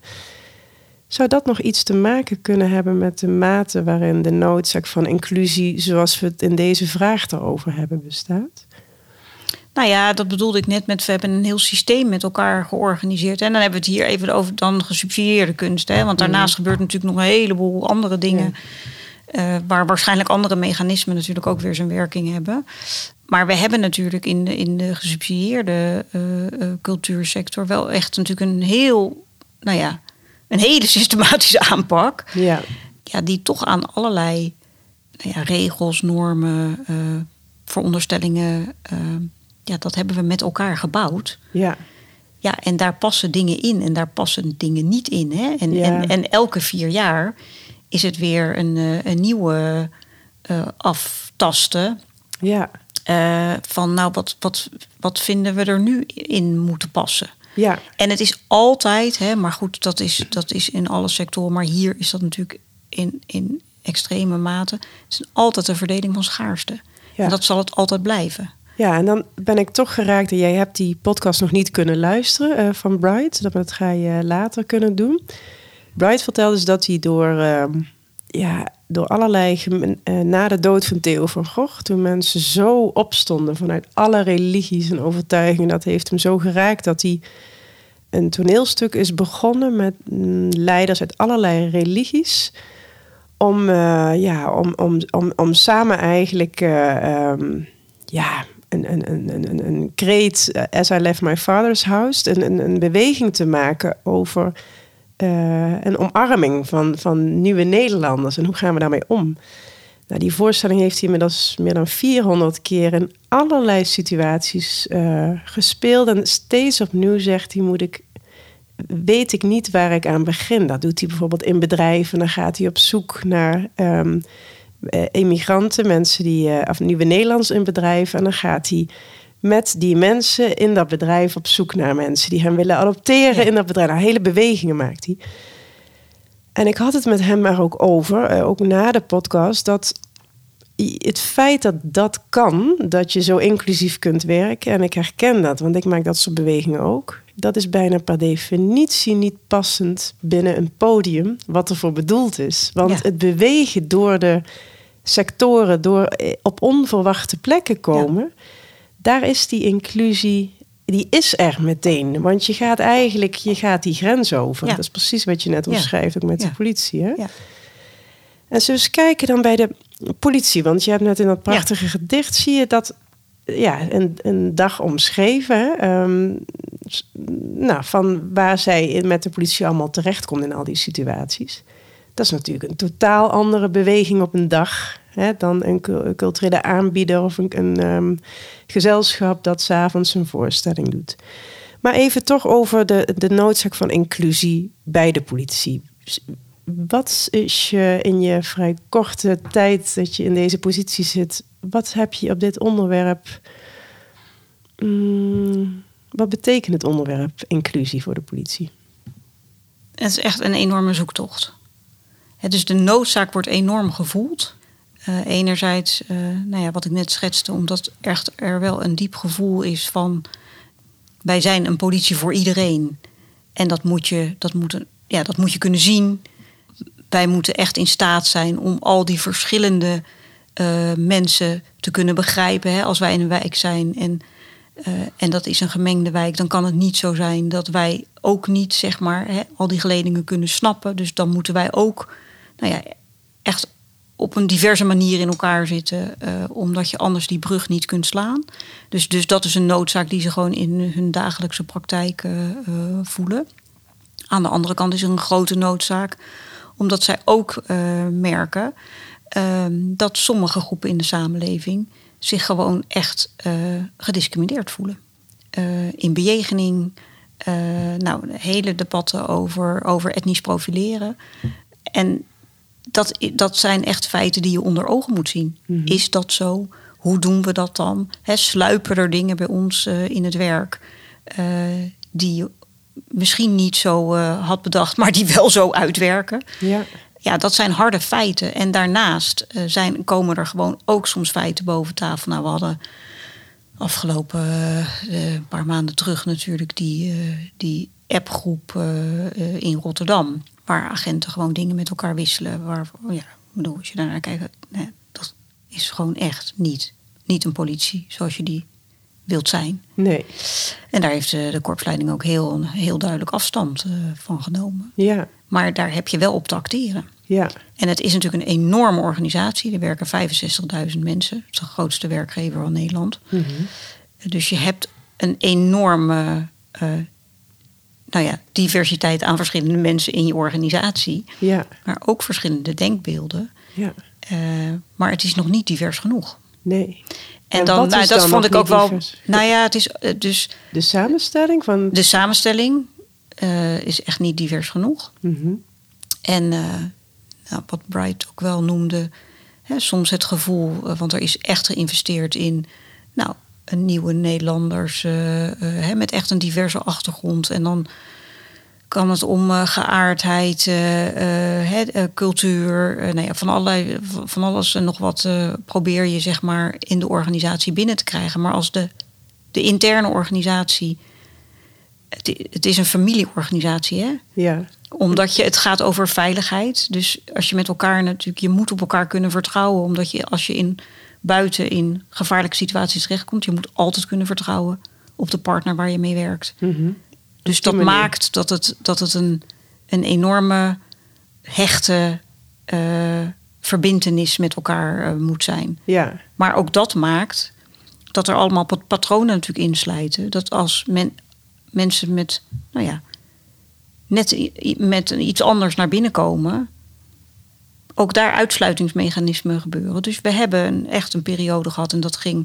Zou dat nog iets te maken kunnen hebben met de mate waarin de noodzaak van inclusie, zoals we het in deze vraag erover hebben, bestaat? Nou ja, dat bedoelde ik net met, we hebben een heel systeem met elkaar georganiseerd. En dan hebben we het hier even over dan gesubsidieerde kunst. Hè? Want daarnaast gebeurt natuurlijk nog een heleboel andere dingen. Ja. Uh, waar waarschijnlijk andere mechanismen natuurlijk ook weer zijn werking hebben. Maar we hebben natuurlijk in de, in de gesubsidieerde uh, uh, cultuursector wel echt natuurlijk een heel, nou ja, een hele systematische aanpak. Ja. Ja, die toch aan allerlei nou ja, regels, normen, uh, veronderstellingen. Uh, ja, dat hebben we met elkaar gebouwd. Ja. Ja, en daar passen dingen in en daar passen dingen niet in. Hè? En, ja. en, en elke vier jaar is het weer een, een nieuwe uh, aftasten. Ja. Uh, van nou, wat, wat, wat vinden we er nu in moeten passen? Ja. En het is altijd, hè, maar goed, dat is, dat is in alle sectoren. Maar hier is dat natuurlijk in, in extreme mate. Het is altijd een verdeling van schaarste. Ja. En dat zal het altijd blijven. Ja, en dan ben ik toch geraakt. En jij hebt die podcast nog niet kunnen luisteren uh, van Bright. Dat ga je later kunnen doen. Bright vertelde dus dat hij door, uh, ja, door allerlei... Uh, na de dood van Theo van Gogh, toen mensen zo opstonden vanuit alle religies en overtuigingen, dat heeft hem zo geraakt dat hij een toneelstuk is begonnen met mm, leiders uit allerlei religies. Om, uh, ja, om, om, om, om samen eigenlijk... Uh, um, ja, Een, een, een, een, een kreet, uh, As I Left My Father's House, een, een, een beweging te maken over uh, een omarming van, van nieuwe Nederlanders. En hoe gaan we daarmee om? Nou, die voorstelling heeft hij inmiddels meer dan vierhonderd keer in allerlei situaties uh, gespeeld. En steeds opnieuw zegt hij, moet ik, weet ik niet waar ik aan begin. Dat doet hij bijvoorbeeld in bedrijven. Dan gaat hij op zoek naar Um, Uh, emigranten, mensen die uh, of nieuwe Nederlands in bedrijven. En dan gaat hij met die mensen in dat bedrijf op zoek naar mensen die hem willen adopteren ja. in dat bedrijf. Nou, hele bewegingen maakt hij. En ik had het met hem er ook over, uh, ook na de podcast, dat het feit dat dat kan, dat je zo inclusief kunt werken, en ik herken dat, want ik maak dat soort bewegingen ook, dat is bijna per definitie niet passend binnen een podium wat ervoor bedoeld is. Want ja. het bewegen door de sectoren, door op onverwachte plekken komen, ja. daar is die inclusie, die is er meteen. Want je gaat eigenlijk, je gaat die grens over. Ja. Dat is precies wat je net omschrijft, ook met ja. de politie. Hè? Ja. En zo eens kijken dan bij de politie, want je hebt net in dat prachtige ja. gedicht, zie je dat ja, een, een dag omschreven. Um, nou, van waar zij met de politie allemaal terechtkomt in al die situaties. Dat is natuurlijk een totaal andere beweging op een dag, hè, dan een culturele aanbieder of een, een um, gezelschap dat 's avonds een voorstelling doet. Maar even toch over de, de noodzaak van inclusie bij de politie. Wat is je in je vrij korte tijd dat je in deze positie zit, wat heb je op dit onderwerp? Mm, wat betekent het onderwerp inclusie voor de politie? Het is echt een enorme zoektocht. Het dus de noodzaak wordt enorm gevoeld. Uh, enerzijds, uh, nou ja, wat ik net schetste, omdat echt er wel een diep gevoel is van wij zijn een politie voor iedereen. En dat moet je, dat moet, ja, dat moet je kunnen zien. Wij moeten echt in staat zijn om al die verschillende uh, mensen te kunnen begrijpen. Hè, als wij in een wijk zijn en, uh, en dat is een gemengde wijk, dan kan het niet zo zijn dat wij ook niet, zeg maar, hè, al die geledingen kunnen snappen. Dus dan moeten wij ook, nou ja, echt op een diverse manier in elkaar zitten, uh, omdat je anders die brug niet kunt slaan. Dus, dus dat is een noodzaak die ze gewoon in hun dagelijkse praktijk uh, uh, voelen. Aan de andere kant is er een grote noodzaak, omdat zij ook uh, merken uh, dat sommige groepen in de samenleving zich gewoon echt uh, gediscrimineerd voelen. Uh, in bejegening, uh, nou, hele debatten over, over etnisch profileren. En dat, dat zijn echt feiten die je onder ogen moet zien. Mm-hmm. Is dat zo? Hoe doen we dat dan? He, sluipen er dingen bij ons uh, in het werk uh, die je misschien niet zo uh, had bedacht, maar die wel zo uitwerken? Ja, ja, dat zijn harde feiten. En daarnaast uh, zijn, komen er gewoon ook soms feiten boven tafel. Nou, we hadden afgelopen uh, een paar maanden terug natuurlijk die, uh, die appgroep uh, uh, in Rotterdam, waar agenten gewoon dingen met elkaar wisselen. Waar, ja, bedoel, als je daarnaar kijkt, nee, dat is gewoon echt niet, niet een politie zoals je die wilt zijn. Nee. En daar heeft de korpsleiding ook heel, heel duidelijk afstand uh, van genomen. Ja. Maar daar heb je wel op te acteren. Ja. En het is natuurlijk een enorme organisatie. Er werken vijfenzestigduizend mensen. Het is de grootste werkgever van Nederland. Mm-hmm. Dus je hebt een enorme uh, nou ja, diversiteit aan verschillende mensen in je organisatie. Ja. Maar ook verschillende denkbeelden. Ja. Uh, maar het is nog niet divers genoeg. Nee. En, en dan, nou, dat dan vond ik ook wel. Divers? Nou ja, het is uh, dus. De samenstelling van. De samenstelling uh, is echt niet divers genoeg. Mm-hmm. En uh, nou, wat Bright ook wel noemde, hè, soms het gevoel, uh, want er is echt geïnvesteerd in, nou, een nieuwe Nederlanders uh, uh, hè, met echt een diverse achtergrond. En dan kan het om uh, geaardheid, uh, uh, hè, uh, cultuur, uh, nou ja, van, allerlei, van alles en nog wat uh, probeer je, zeg maar, in de organisatie binnen te krijgen. Maar als de, de interne organisatie, het, het is een familieorganisatie, hè? Ja. Omdat je, het gaat over veiligheid. Dus als je met elkaar natuurlijk, je moet op elkaar kunnen vertrouwen. Omdat je, als je in buiten in gevaarlijke situaties terechtkomt, je moet altijd kunnen vertrouwen op de partner waar je mee werkt. Mm-hmm. Dus dat manier. maakt dat het, dat het een, een enorme hechte uh, verbintenis met elkaar uh, moet zijn. Ja. Maar ook dat maakt dat er allemaal patronen natuurlijk inslijten. Dat als men, mensen met, nou ja, net met iets anders naar binnen komen, ook daar uitsluitingsmechanismen gebeuren. Dus we hebben echt een periode gehad en dat ging.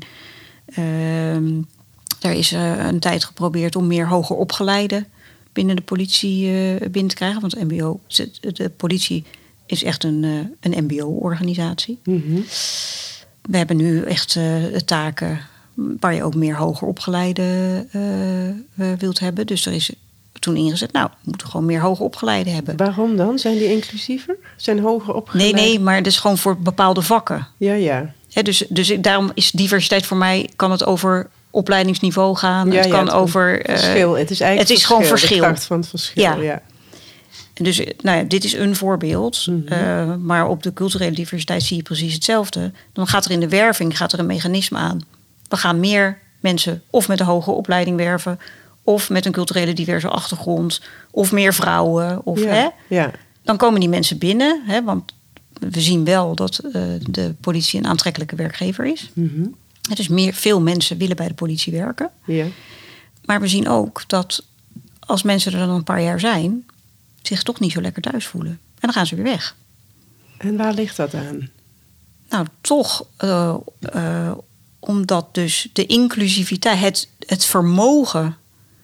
Uh, er is uh, een tijd geprobeerd om meer hoger opgeleiden binnen de politie uh, binnen te krijgen. Want M B O, de politie is echt een, uh, een M B O-organisatie. Mm-hmm. We hebben nu echt uh, taken waar je ook meer hoger opgeleiden uh, wilt hebben. Dus er is toen ingezet, nou, we moeten gewoon meer hoger opgeleiden hebben. Waarom dan? Zijn die inclusiever? Zijn hoger opgeleid? Nee, nee, maar dat is gewoon voor bepaalde vakken. Ja, ja. He, dus, dus daarom is diversiteit voor mij, kan het over opleidingsniveau gaan. Ja, het kan ja, het over. Uh, verschil. Het is eigenlijk het is verschil, gewoon verschil. De kracht van het verschil. Ja. ja. En dus, nou ja, dit is een voorbeeld. Mm-hmm. Uh, maar op de culturele diversiteit zie je precies hetzelfde. Dan gaat er in de werving gaat er een mechanisme aan. We gaan meer mensen of met een hoge opleiding werven, of met een culturele diverse achtergrond, of meer vrouwen. Of, ja. Hè? Ja. Dan komen die mensen binnen, hè, want we zien wel dat uh, de politie een aantrekkelijke werkgever is. Mm-hmm. Dus meer, veel mensen willen bij de politie werken. Ja. Maar we zien ook dat als mensen er dan een paar jaar zijn, zich toch niet zo lekker thuis voelen. En dan gaan ze weer weg. En waar ligt dat aan? Nou, toch uh, uh, omdat dus de inclusiviteit, het, het vermogen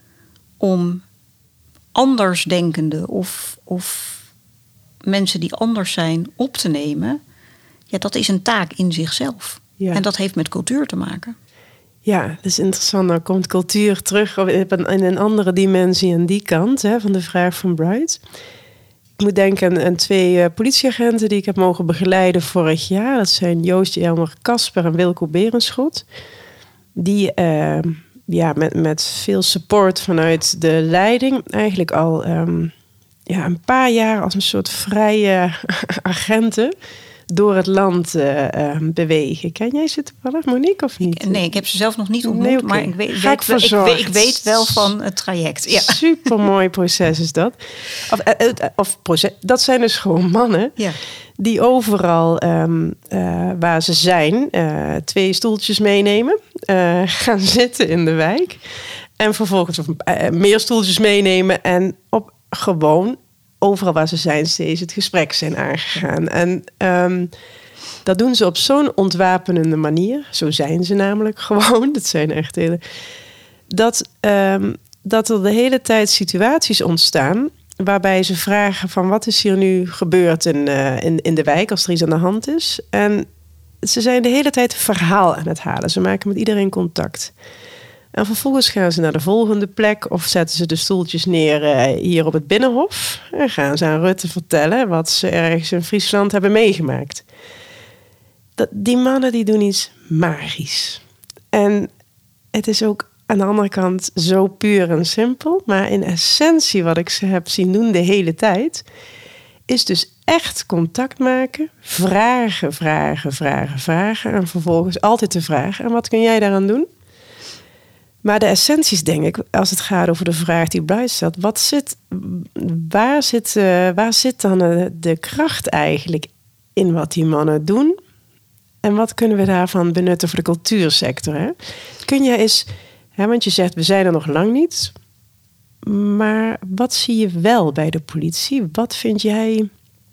om andersdenkenden of, of mensen die anders zijn op te nemen, ja, dat is een taak in zichzelf. Ja. En dat heeft met cultuur te maken. Ja, dat is interessant. Dan komt cultuur terug in een andere dimensie aan die kant, hè, van de vraag van Bright. Ik moet denken aan, aan twee uh, politieagenten die ik heb mogen begeleiden vorig jaar. Dat zijn Joost Jelmer Kasper en Wilco Berenschot. Die uh, ja, met, met veel support vanuit de leiding eigenlijk al um, ja, een paar jaar als een soort vrije agenten door het land uh, uh, bewegen. Ken jij ze toevallig, Monique, of niet? Ik, nee, ik heb ze zelf nog niet ontmoet, nee, okay. maar ik weet, Ga weet, ik, ik, weet, ik weet wel van het traject. Ja. Supermooi proces is dat. Of, uh, of proces, dat zijn dus gewoon mannen Ja. die overal um, uh, waar ze zijn uh, twee stoeltjes meenemen, uh, gaan zitten in de wijk en vervolgens of, uh, meer stoeltjes meenemen en op gewoon overal waar ze zijn steeds het gesprek zijn aangegaan. En um, dat doen ze op zo'n ontwapenende manier. Zo zijn ze namelijk gewoon. Dat zijn echt hele... Dat, um, dat er de hele tijd situaties ontstaan waarbij ze vragen van wat is hier nu gebeurd in, uh, in, in de wijk als er iets aan de hand is. En ze zijn de hele tijd een verhaal aan het halen. Ze maken met iedereen contact. En vervolgens gaan ze naar de volgende plek of zetten ze de stoeltjes neer uh, hier op het Binnenhof. En gaan ze aan Rutte vertellen wat ze ergens in Friesland hebben meegemaakt. Dat, die mannen die doen iets magisch. En het is ook aan de andere kant zo puur en simpel. Maar in essentie wat ik ze heb zien doen de hele tijd, is dus echt contact maken. Vragen, vragen, vragen, vragen. En vervolgens altijd de vraag, en wat kun jij daaraan doen? Maar de essenties, denk ik, als het gaat over de vraag die Blythe stelt, wat zit, waar, zit, uh, waar zit dan de, de kracht eigenlijk in wat die mannen doen? En wat kunnen we daarvan benutten voor de cultuursector? Hè? Kun je eens, hè, want je zegt, we zijn er nog lang niet. Maar wat zie je wel bij de politie? Wat vind jij...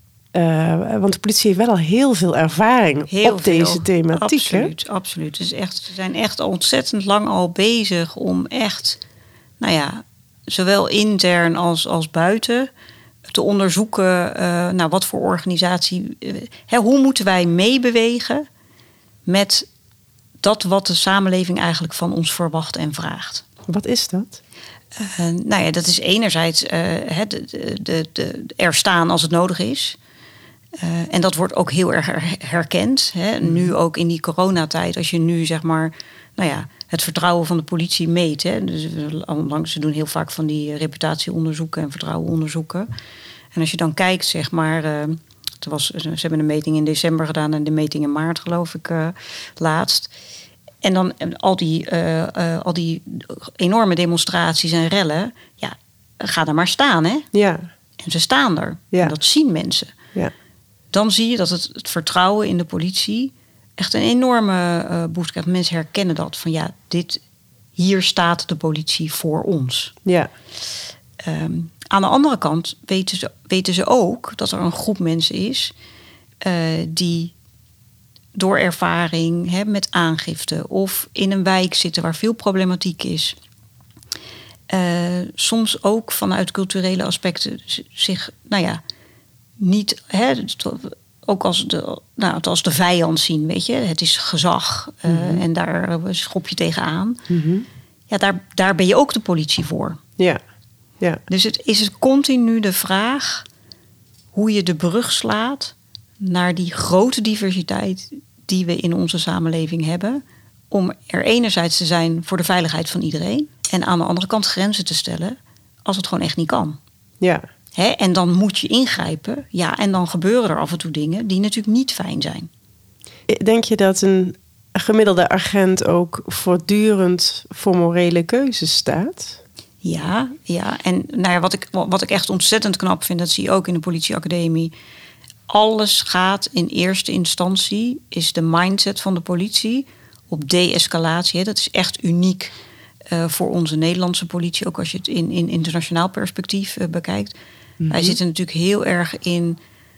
Uh, want de politie heeft wel al heel veel ervaring heel op veel. Deze thematiek. Absoluut, hè? absoluut. Dus echt, ze zijn echt ontzettend lang al bezig om echt, nou ja, zowel intern als, als buiten te onderzoeken, uh, nou, wat voor organisatie, uh, hè, hoe moeten wij meebewegen met dat wat de samenleving eigenlijk van ons verwacht en vraagt. Wat is dat? Uh, nou ja, dat is enerzijds uh, de, de, de, de, er staan als het nodig is. Uh, en dat wordt ook heel erg herkend. Hè? Nu ook in die coronatijd, als je nu zeg maar, nou ja, het vertrouwen van de politie meet. Hè? Dus, onlangs, ze doen heel vaak van die reputatieonderzoeken en vertrouwenonderzoeken. En als je dan kijkt, zeg maar, uh, het was, ze hebben een meting in december gedaan en de meting in maart, geloof ik, uh, laatst. En dan al die, uh, uh, al die enorme demonstraties en rellen, ja, ga daar maar staan, hè? Ja. En ze staan er. Ja. En dat zien mensen. Ja. Dan zie je dat het, het vertrouwen in de politie echt een enorme uh, boost krijgt. Mensen herkennen dat van ja, dit, hier staat de politie voor ons. Ja. Um, aan de andere kant weten ze, weten ze ook dat er een groep mensen is uh, die door ervaring hè, met aangifte of in een wijk zitten waar veel problematiek is. Uh, soms ook vanuit culturele aspecten zich, nou ja, niet, hè, ook als de, nou, als de vijand zien, weet je. Het is gezag uh, mm-hmm. en daar schop je tegenaan. Mm-hmm. Ja, daar, daar ben je ook de politie voor. Ja. Ja. Dus het is het continu de vraag hoe je de brug slaat naar die grote diversiteit die we in onze samenleving hebben, om er enerzijds te zijn voor de veiligheid van iedereen en aan de andere kant grenzen te stellen als het gewoon echt niet kan. Ja. Hè? En dan moet je ingrijpen. Ja, en dan gebeuren er af en toe dingen die natuurlijk niet fijn zijn. Denk je dat een gemiddelde agent ook voortdurend voor morele keuzes staat? Ja, ja. En nou ja, wat, ik, wat ik echt ontzettend knap vind, dat zie je ook in de politieacademie. Alles gaat in eerste instantie, is de mindset van de politie op de-escalatie. Dat is echt uniek uh, voor onze Nederlandse politie. Ook als je het in, in internationaal perspectief uh, bekijkt. Mm-hmm. Wij zitten natuurlijk heel erg in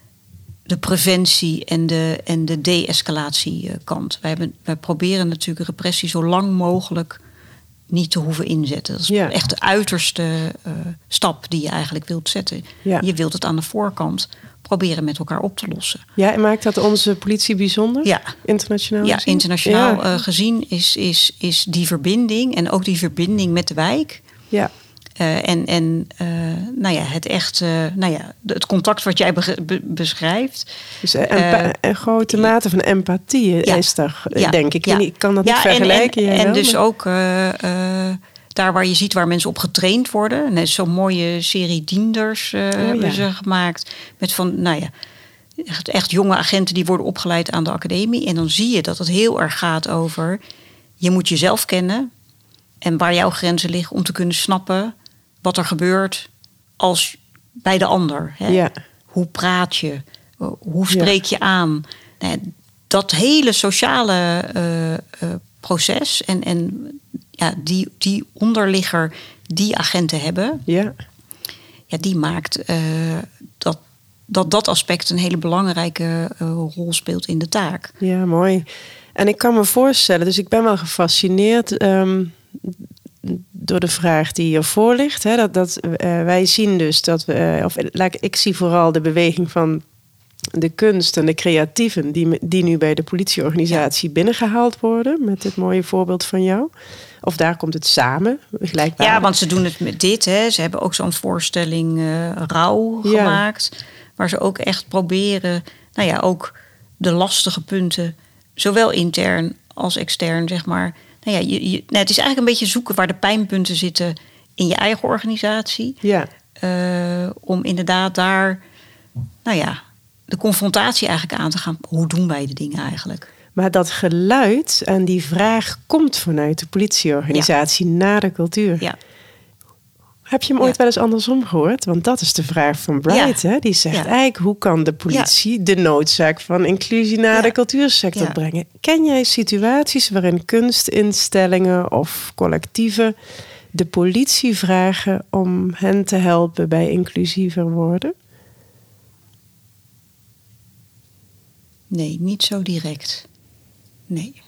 de preventie en de, en de de-escalatie kant. Wij, hebben, wij proberen natuurlijk repressie zo lang mogelijk niet te hoeven inzetten. Dat is ja. echt de uiterste uh, stap die je eigenlijk wilt zetten. Ja. Je wilt het aan de voorkant proberen met elkaar op te lossen. Ja, en maakt dat onze politie bijzonder? Ja. Internationaal Ja, gezien? internationaal ja. uh, gezien is, is, is die verbinding en ook die verbinding met de wijk. Ja. Uh, en en uh, nou ja, het echt, uh, nou ja, het contact wat jij be- be- beschrijft. Dus een, empa- uh, een grote mate van empathie ja, is er, ja, denk ik. Ja. Ik kan dat ja, niet vergelijken. En, en, en wel, dus maar... ook uh, uh, daar waar je ziet waar mensen op getraind worden. Net zo'n mooie serie Dienders uh, oh, hebben ja. ze gemaakt. Met van, nou ja, echt, echt jonge agenten die worden opgeleid aan de academie. En dan zie je dat het heel erg gaat over... je moet jezelf kennen en waar jouw grenzen liggen om te kunnen snappen wat er gebeurt als bij de ander. Hè? Ja. Hoe praat je? Hoe spreek je ja. aan? Nou ja, dat hele sociale uh, uh, proces en, en ja, die, die onderligger die agenten hebben... Ja. Ja, die maakt uh, dat, dat dat aspect een hele belangrijke uh, rol speelt in de taak. Ja, mooi. En ik kan me voorstellen, dus ik ben wel gefascineerd... Um, door de vraag die hiervoor ligt. Hè, dat, dat, uh, wij zien dus dat we... Uh, of like, ik zie vooral de beweging van de kunst en de creatieven... die, die nu bij de politieorganisatie ja. binnengehaald worden... met dit mooie voorbeeld van jou. Of daar komt het samen, gelijkbaar. Ja, want ze doen het met dit. Hè. Ze hebben ook zo'n voorstelling uh, Rouw ja. gemaakt... waar ze ook echt proberen... nou ja, ook de lastige punten... zowel intern als extern, zeg maar... Nou ja, je, je, nou, het is eigenlijk een beetje zoeken waar de pijnpunten zitten in je eigen organisatie. Ja. Uh, om inderdaad daar, nou ja, de confrontatie eigenlijk aan te gaan. Hoe doen wij de dingen eigenlijk? Maar dat geluid en die vraag komt vanuit de politieorganisatie ja. naar de cultuur. Ja. Heb je hem ooit ja. wel eens andersom gehoord? Want dat is de vraag van Bright. Ja. Hè? Die zegt ja. eigenlijk, hoe kan de politie ja. de noodzaak van inclusie naar ja. de cultuursector ja. brengen? Ken jij situaties waarin kunstinstellingen of collectieven de politie vragen om hen te helpen bij inclusiever worden? Nee, niet zo direct. Nee.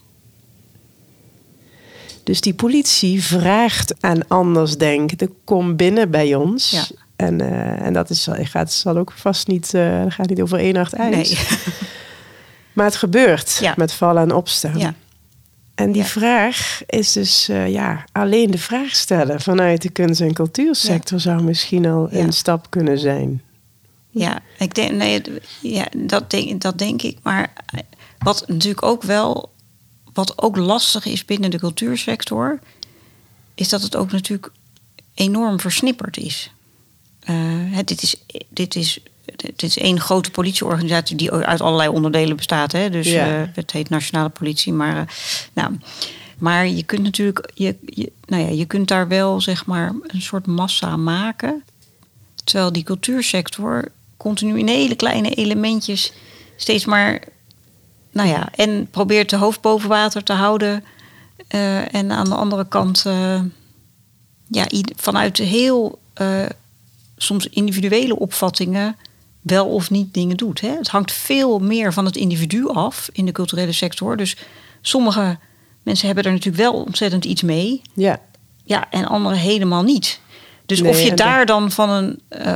Dus die politie vraagt aan andersdenkenden, kom binnen bij ons. Ja. En, uh, en dat is, gaat, zal ook vast niet, uh, gaat niet over één nacht ijs. Nee. Maar het gebeurt ja. met vallen en opstaan. Ja. En die ja. vraag is dus uh, ja, alleen de vraag stellen vanuit de kunst- en cultuursector... Ja. zou misschien al ja. een stap kunnen zijn. Ja, ik denk, nee, ja dat, denk, dat denk ik. Maar wat natuurlijk ook wel... Wat ook lastig is binnen de cultuursector... is dat het ook natuurlijk enorm versnipperd is. Uh, het, dit is, dit is. Dit is één grote politieorganisatie... die uit allerlei onderdelen bestaat. Hè? Dus ja. uh, het heet Nationale Politie. Maar, uh, nou, maar je kunt natuurlijk... Je, je, nou ja, je kunt daar wel zeg maar een soort massa maken... terwijl die cultuursector continu in hele kleine elementjes... steeds maar... Nou ja, en probeert de hoofd boven water te houden. Uh, en aan de andere kant... Uh, ja, vanuit heel... Uh, soms individuele opvattingen... wel of niet dingen doet. Hè? Het hangt veel meer van het individu af... in de culturele sector. Dus sommige mensen hebben er natuurlijk wel ontzettend iets mee. Ja. Ja, en anderen helemaal niet. Dus nee, of je daar de... dan van een... Uh,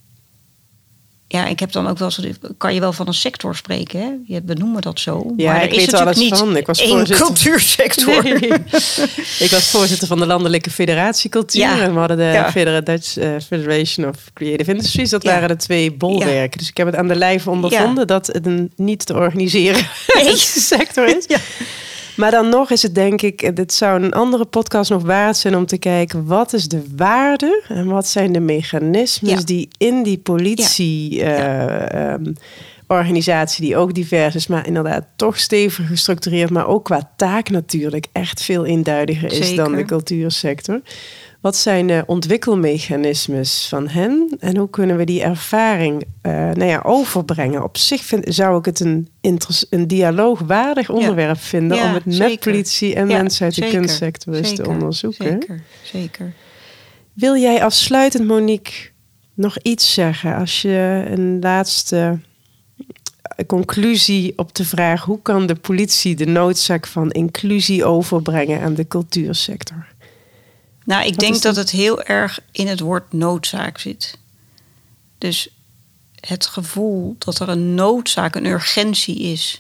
Ja, ik heb dan ook wel zo... Kan je wel van een sector spreken, hè? We noemen dat zo. Ja, maar ik weet er alles niet van. Ik was één cultuursector. Nee. Ik was voorzitter van de Landelijke Federatie Cultuur. Ja. En we hadden de ja. Federa- Dutch uh, Federation of Creative Industries. Dat ja. waren de twee bolwerken. Ja. Dus ik heb het aan de lijve ondervonden... Ja. dat het een niet te organiseren nee. sector is. Ja. Maar dan nog is het denk ik... dit zou een andere podcast nog waard zijn om te kijken... wat is de waarde en wat zijn de mechanismes... Ja. die in die politie... Ja. Uh, ja. Um, organisatie die ook divers is... maar inderdaad toch stevig gestructureerd... maar ook qua taak natuurlijk echt veel eenduidiger is... Zeker. Dan de cultuursector. Wat zijn de ontwikkelmechanismes van hen? En hoe kunnen we die ervaring uh, nou ja, overbrengen? Op zich vind, zou ik het een, inter- een dialoogwaardig onderwerp ja. vinden... Ja, om het met zeker. politie en ja, mensen uit de zeker. kunstsector eens te onderzoeken. Zeker, zeker. Wil jij afsluitend, Monique, nog iets zeggen? Als je een laatste conclusie op de vraag... hoe kan de politie de noodzaak van inclusie overbrengen aan de cultuursector? Nou, ik denk dat het heel erg in het woord noodzaak zit. Dus het gevoel dat er een noodzaak, een urgentie is...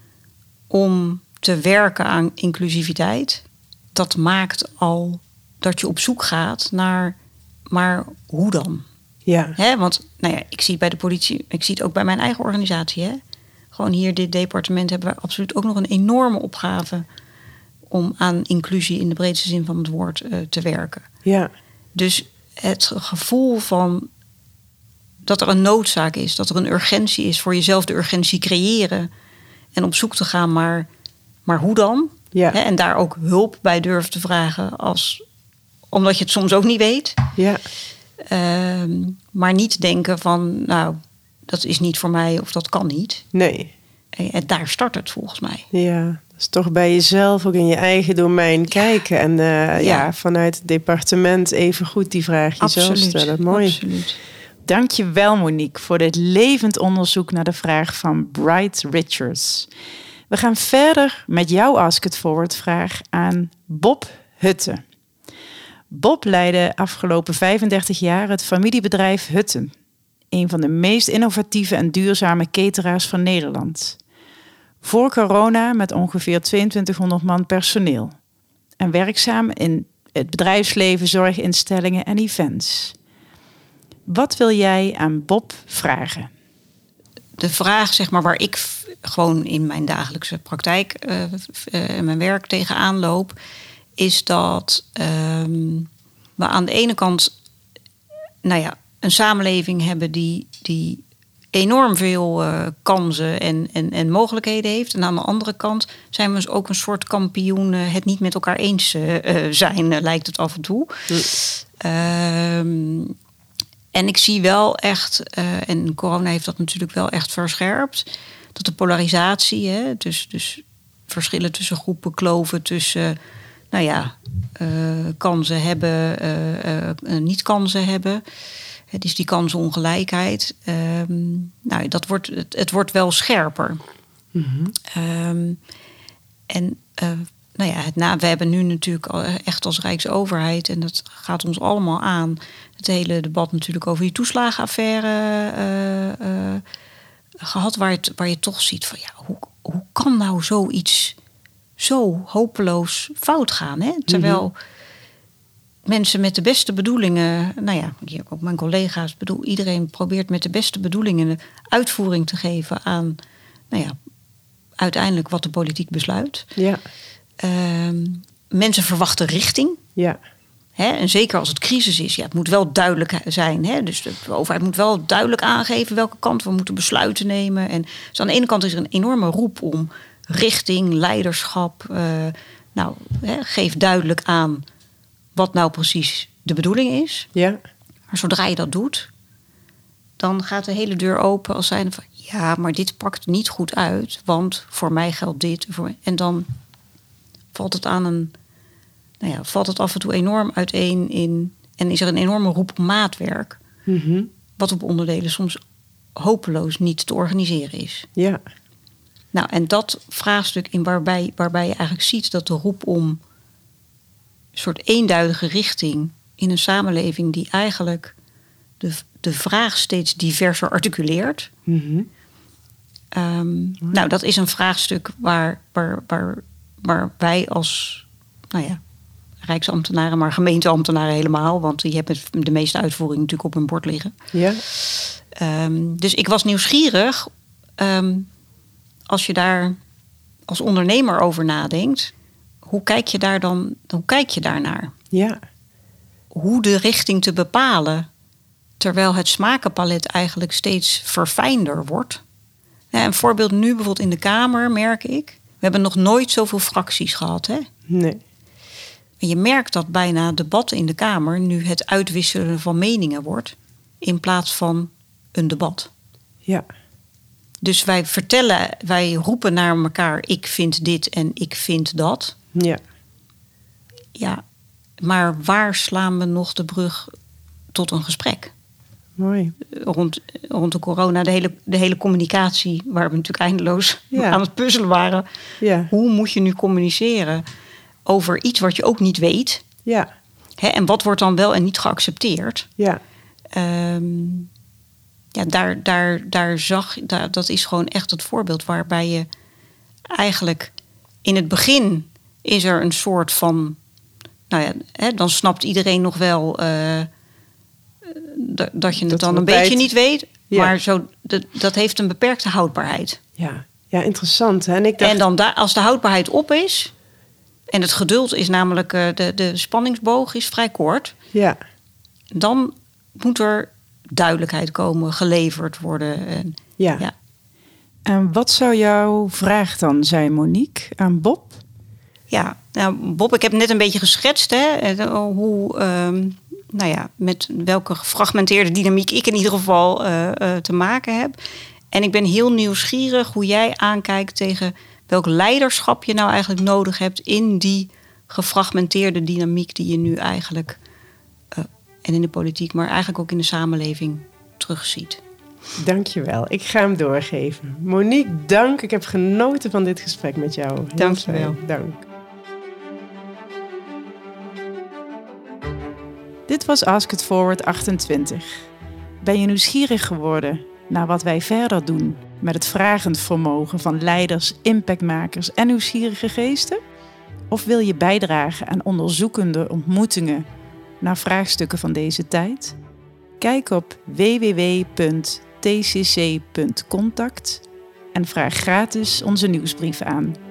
om te werken aan inclusiviteit... dat maakt al dat je op zoek gaat naar maar hoe dan? Ja. Hè, want nou ja, ik zie het bij de politie, ik zie het ook bij mijn eigen organisatie. Hè? Gewoon hier, dit departement, hebben we absoluut ook nog een enorme opgave om aan inclusie in de breedste zin van het woord uh, te werken. Ja. Dus het gevoel van dat er een noodzaak is, dat er een urgentie is, voor jezelf de urgentie creëren en op zoek te gaan, maar, maar hoe dan? Ja. Hè, en daar ook hulp bij durven te vragen, als, omdat je het soms ook niet weet. Ja. Uh, maar niet denken van, nou, dat is niet voor mij of dat kan niet. Nee. En, en daar start het volgens mij. Ja, dat is toch bij jezelf, ook in je eigen domein kijken. En uh, ja. ja, vanuit het departement even goed die vraag jezelf Absoluut. stellen. Mooi. Absoluut. Dank je wel, Monique, voor dit levend onderzoek naar de vraag van Bright Richards. We gaan verder met jouw Ask It Forward vraag aan Bob Hutten. Bob leidde afgelopen vijfendertig jaar het familiebedrijf Hutten. Een van de meest innovatieve en duurzame cateraars van Nederland. Voor corona met ongeveer tweeëntwintighonderd man personeel. En werkzaam in het bedrijfsleven, zorginstellingen en events. Wat wil jij aan Bob vragen? De vraag, zeg maar, waar ik f- gewoon in mijn dagelijkse praktijk uh, uh, en mijn werk tegenaan loop, is dat um, we aan de ene kant, nou ja, een samenleving hebben die, die enorm veel uh, kansen en, en, en mogelijkheden heeft. En aan de andere kant zijn we dus ook een soort kampioen uh, het niet met elkaar eens uh, zijn, uh, lijkt het af en toe. Ja. Um, en ik zie wel echt, uh, en corona heeft dat natuurlijk wel echt verscherpt, dat de polarisatie, hè, dus, dus verschillen tussen groepen, kloven tussen, nou ja, uh, kansen hebben, uh, uh, niet kansen hebben. Het is die kansenongelijkheid. Um, nou, dat wordt, het, het wordt wel scherper. Mm-hmm. Um, en uh, nou ja, het na, we hebben nu natuurlijk echt als Rijksoverheid, en dat gaat ons allemaal aan, het hele debat natuurlijk over die toeslagenaffaire uh, uh, gehad, waar, het, waar je toch ziet van, ja, hoe, hoe kan nou zoiets zo hopeloos fout gaan? Hè? Terwijl mm-hmm. mensen met de beste bedoelingen, nou ja, ook mijn collega's, bedoel, iedereen probeert met de beste bedoelingen de uitvoering te geven aan, nou ja, uiteindelijk wat de politiek besluit. Ja. Uh, mensen verwachten richting. Ja. Hè, en zeker als het crisis is, ja, het moet wel duidelijk zijn. Hè? Dus de overheid moet wel duidelijk aangeven welke kant we moeten besluiten nemen. En dus aan de ene kant is er een enorme roep om richting, leiderschap. Uh, nou, hè, geef duidelijk aan wat nou precies de bedoeling is. Ja. Maar zodra je dat doet, dan gaat de hele deur open als zijnde van, ja, maar dit pakt niet goed uit, want voor mij geldt dit. Voor, en dan valt het aan een, nou ja, valt het af en toe enorm uiteen in, en is er een enorme roep op maatwerk, mm-hmm. wat op onderdelen soms hopeloos niet te organiseren is. Ja. Nou, en dat vraagstuk in waarbij, waarbij je eigenlijk ziet dat de roep om een soort eenduidige richting in een samenleving die eigenlijk de, de vraag steeds diverser articuleert. Mm-hmm. Um, nou, dat is een vraagstuk waar, waar, waar, waar wij als, nou ja, rijksambtenaren, maar gemeenteambtenaren helemaal, want die hebben de meeste uitvoering natuurlijk op hun bord liggen. Ja. Um, dus ik was nieuwsgierig, um, als je daar als ondernemer over nadenkt, hoe kijk je daar dan, hoe kijk je daarnaar? Ja. Hoe de richting te bepalen, terwijl het smakenpalet eigenlijk steeds verfijnder wordt. Ja, een voorbeeld nu bijvoorbeeld in de Kamer, merk ik. We hebben nog nooit zoveel fracties gehad, hè? Nee. En je merkt dat bijna debatten in de Kamer nu het uitwisselen van meningen wordt, in plaats van een debat. Ja. Dus wij vertellen, wij roepen naar elkaar, ik vind dit en ik vind dat. Ja. Ja, maar waar slaan we nog de brug tot een gesprek? Mooi. Rond, rond de corona, de hele, de hele communicatie, waar we natuurlijk eindeloos ja. aan het puzzelen waren. Ja. Hoe moet je nu communiceren over iets wat je ook niet weet? Ja. Hè, en wat wordt dan wel en niet geaccepteerd? Ja. Um, ja, daar, daar, daar zag daar, dat is gewoon echt het voorbeeld waarbij je eigenlijk in het begin is er een soort van, nou ja, hè, dan snapt iedereen nog wel, uh, d- dat je het Dat dan we een tijd- beetje niet weet. Ja. Maar zo, dat, dat heeft een beperkte houdbaarheid. Ja, ja interessant. Hè? En, ik dacht, En dan da- als de houdbaarheid op is... en het geduld is namelijk... Uh, de, de spanningsboog is vrij kort... ja, dan moet er duidelijkheid komen, geleverd worden. En, ja. ja. En wat zou jouw vraag dan zijn, Monique, aan Bob? Ja, nou, Bob, ik heb net een beetje geschetst... Hè, eh, hoe, um, nou ja, met welke gefragmenteerde dynamiek... ik in ieder geval uh, uh, te maken heb. En ik ben heel nieuwsgierig hoe jij aankijkt... tegen welk leiderschap je nou eigenlijk nodig hebt... in die gefragmenteerde dynamiek die je nu eigenlijk... Uh, en in de politiek, maar eigenlijk ook in de samenleving terugziet. Dankjewel. Ik ga hem doorgeven. Monique, dank. Ik heb genoten van dit gesprek met jou. Heel Dankjewel. fijn. Dank. Dit was Ask It Forward achtentwintig. Ben je nieuwsgierig geworden naar wat wij verder doen met het vragend vermogen van leiders, impactmakers en nieuwsgierige geesten? Of wil je bijdragen aan onderzoekende ontmoetingen naar vraagstukken van deze tijd? Kijk op w w w punt t c c punt contact en vraag gratis onze nieuwsbrief aan.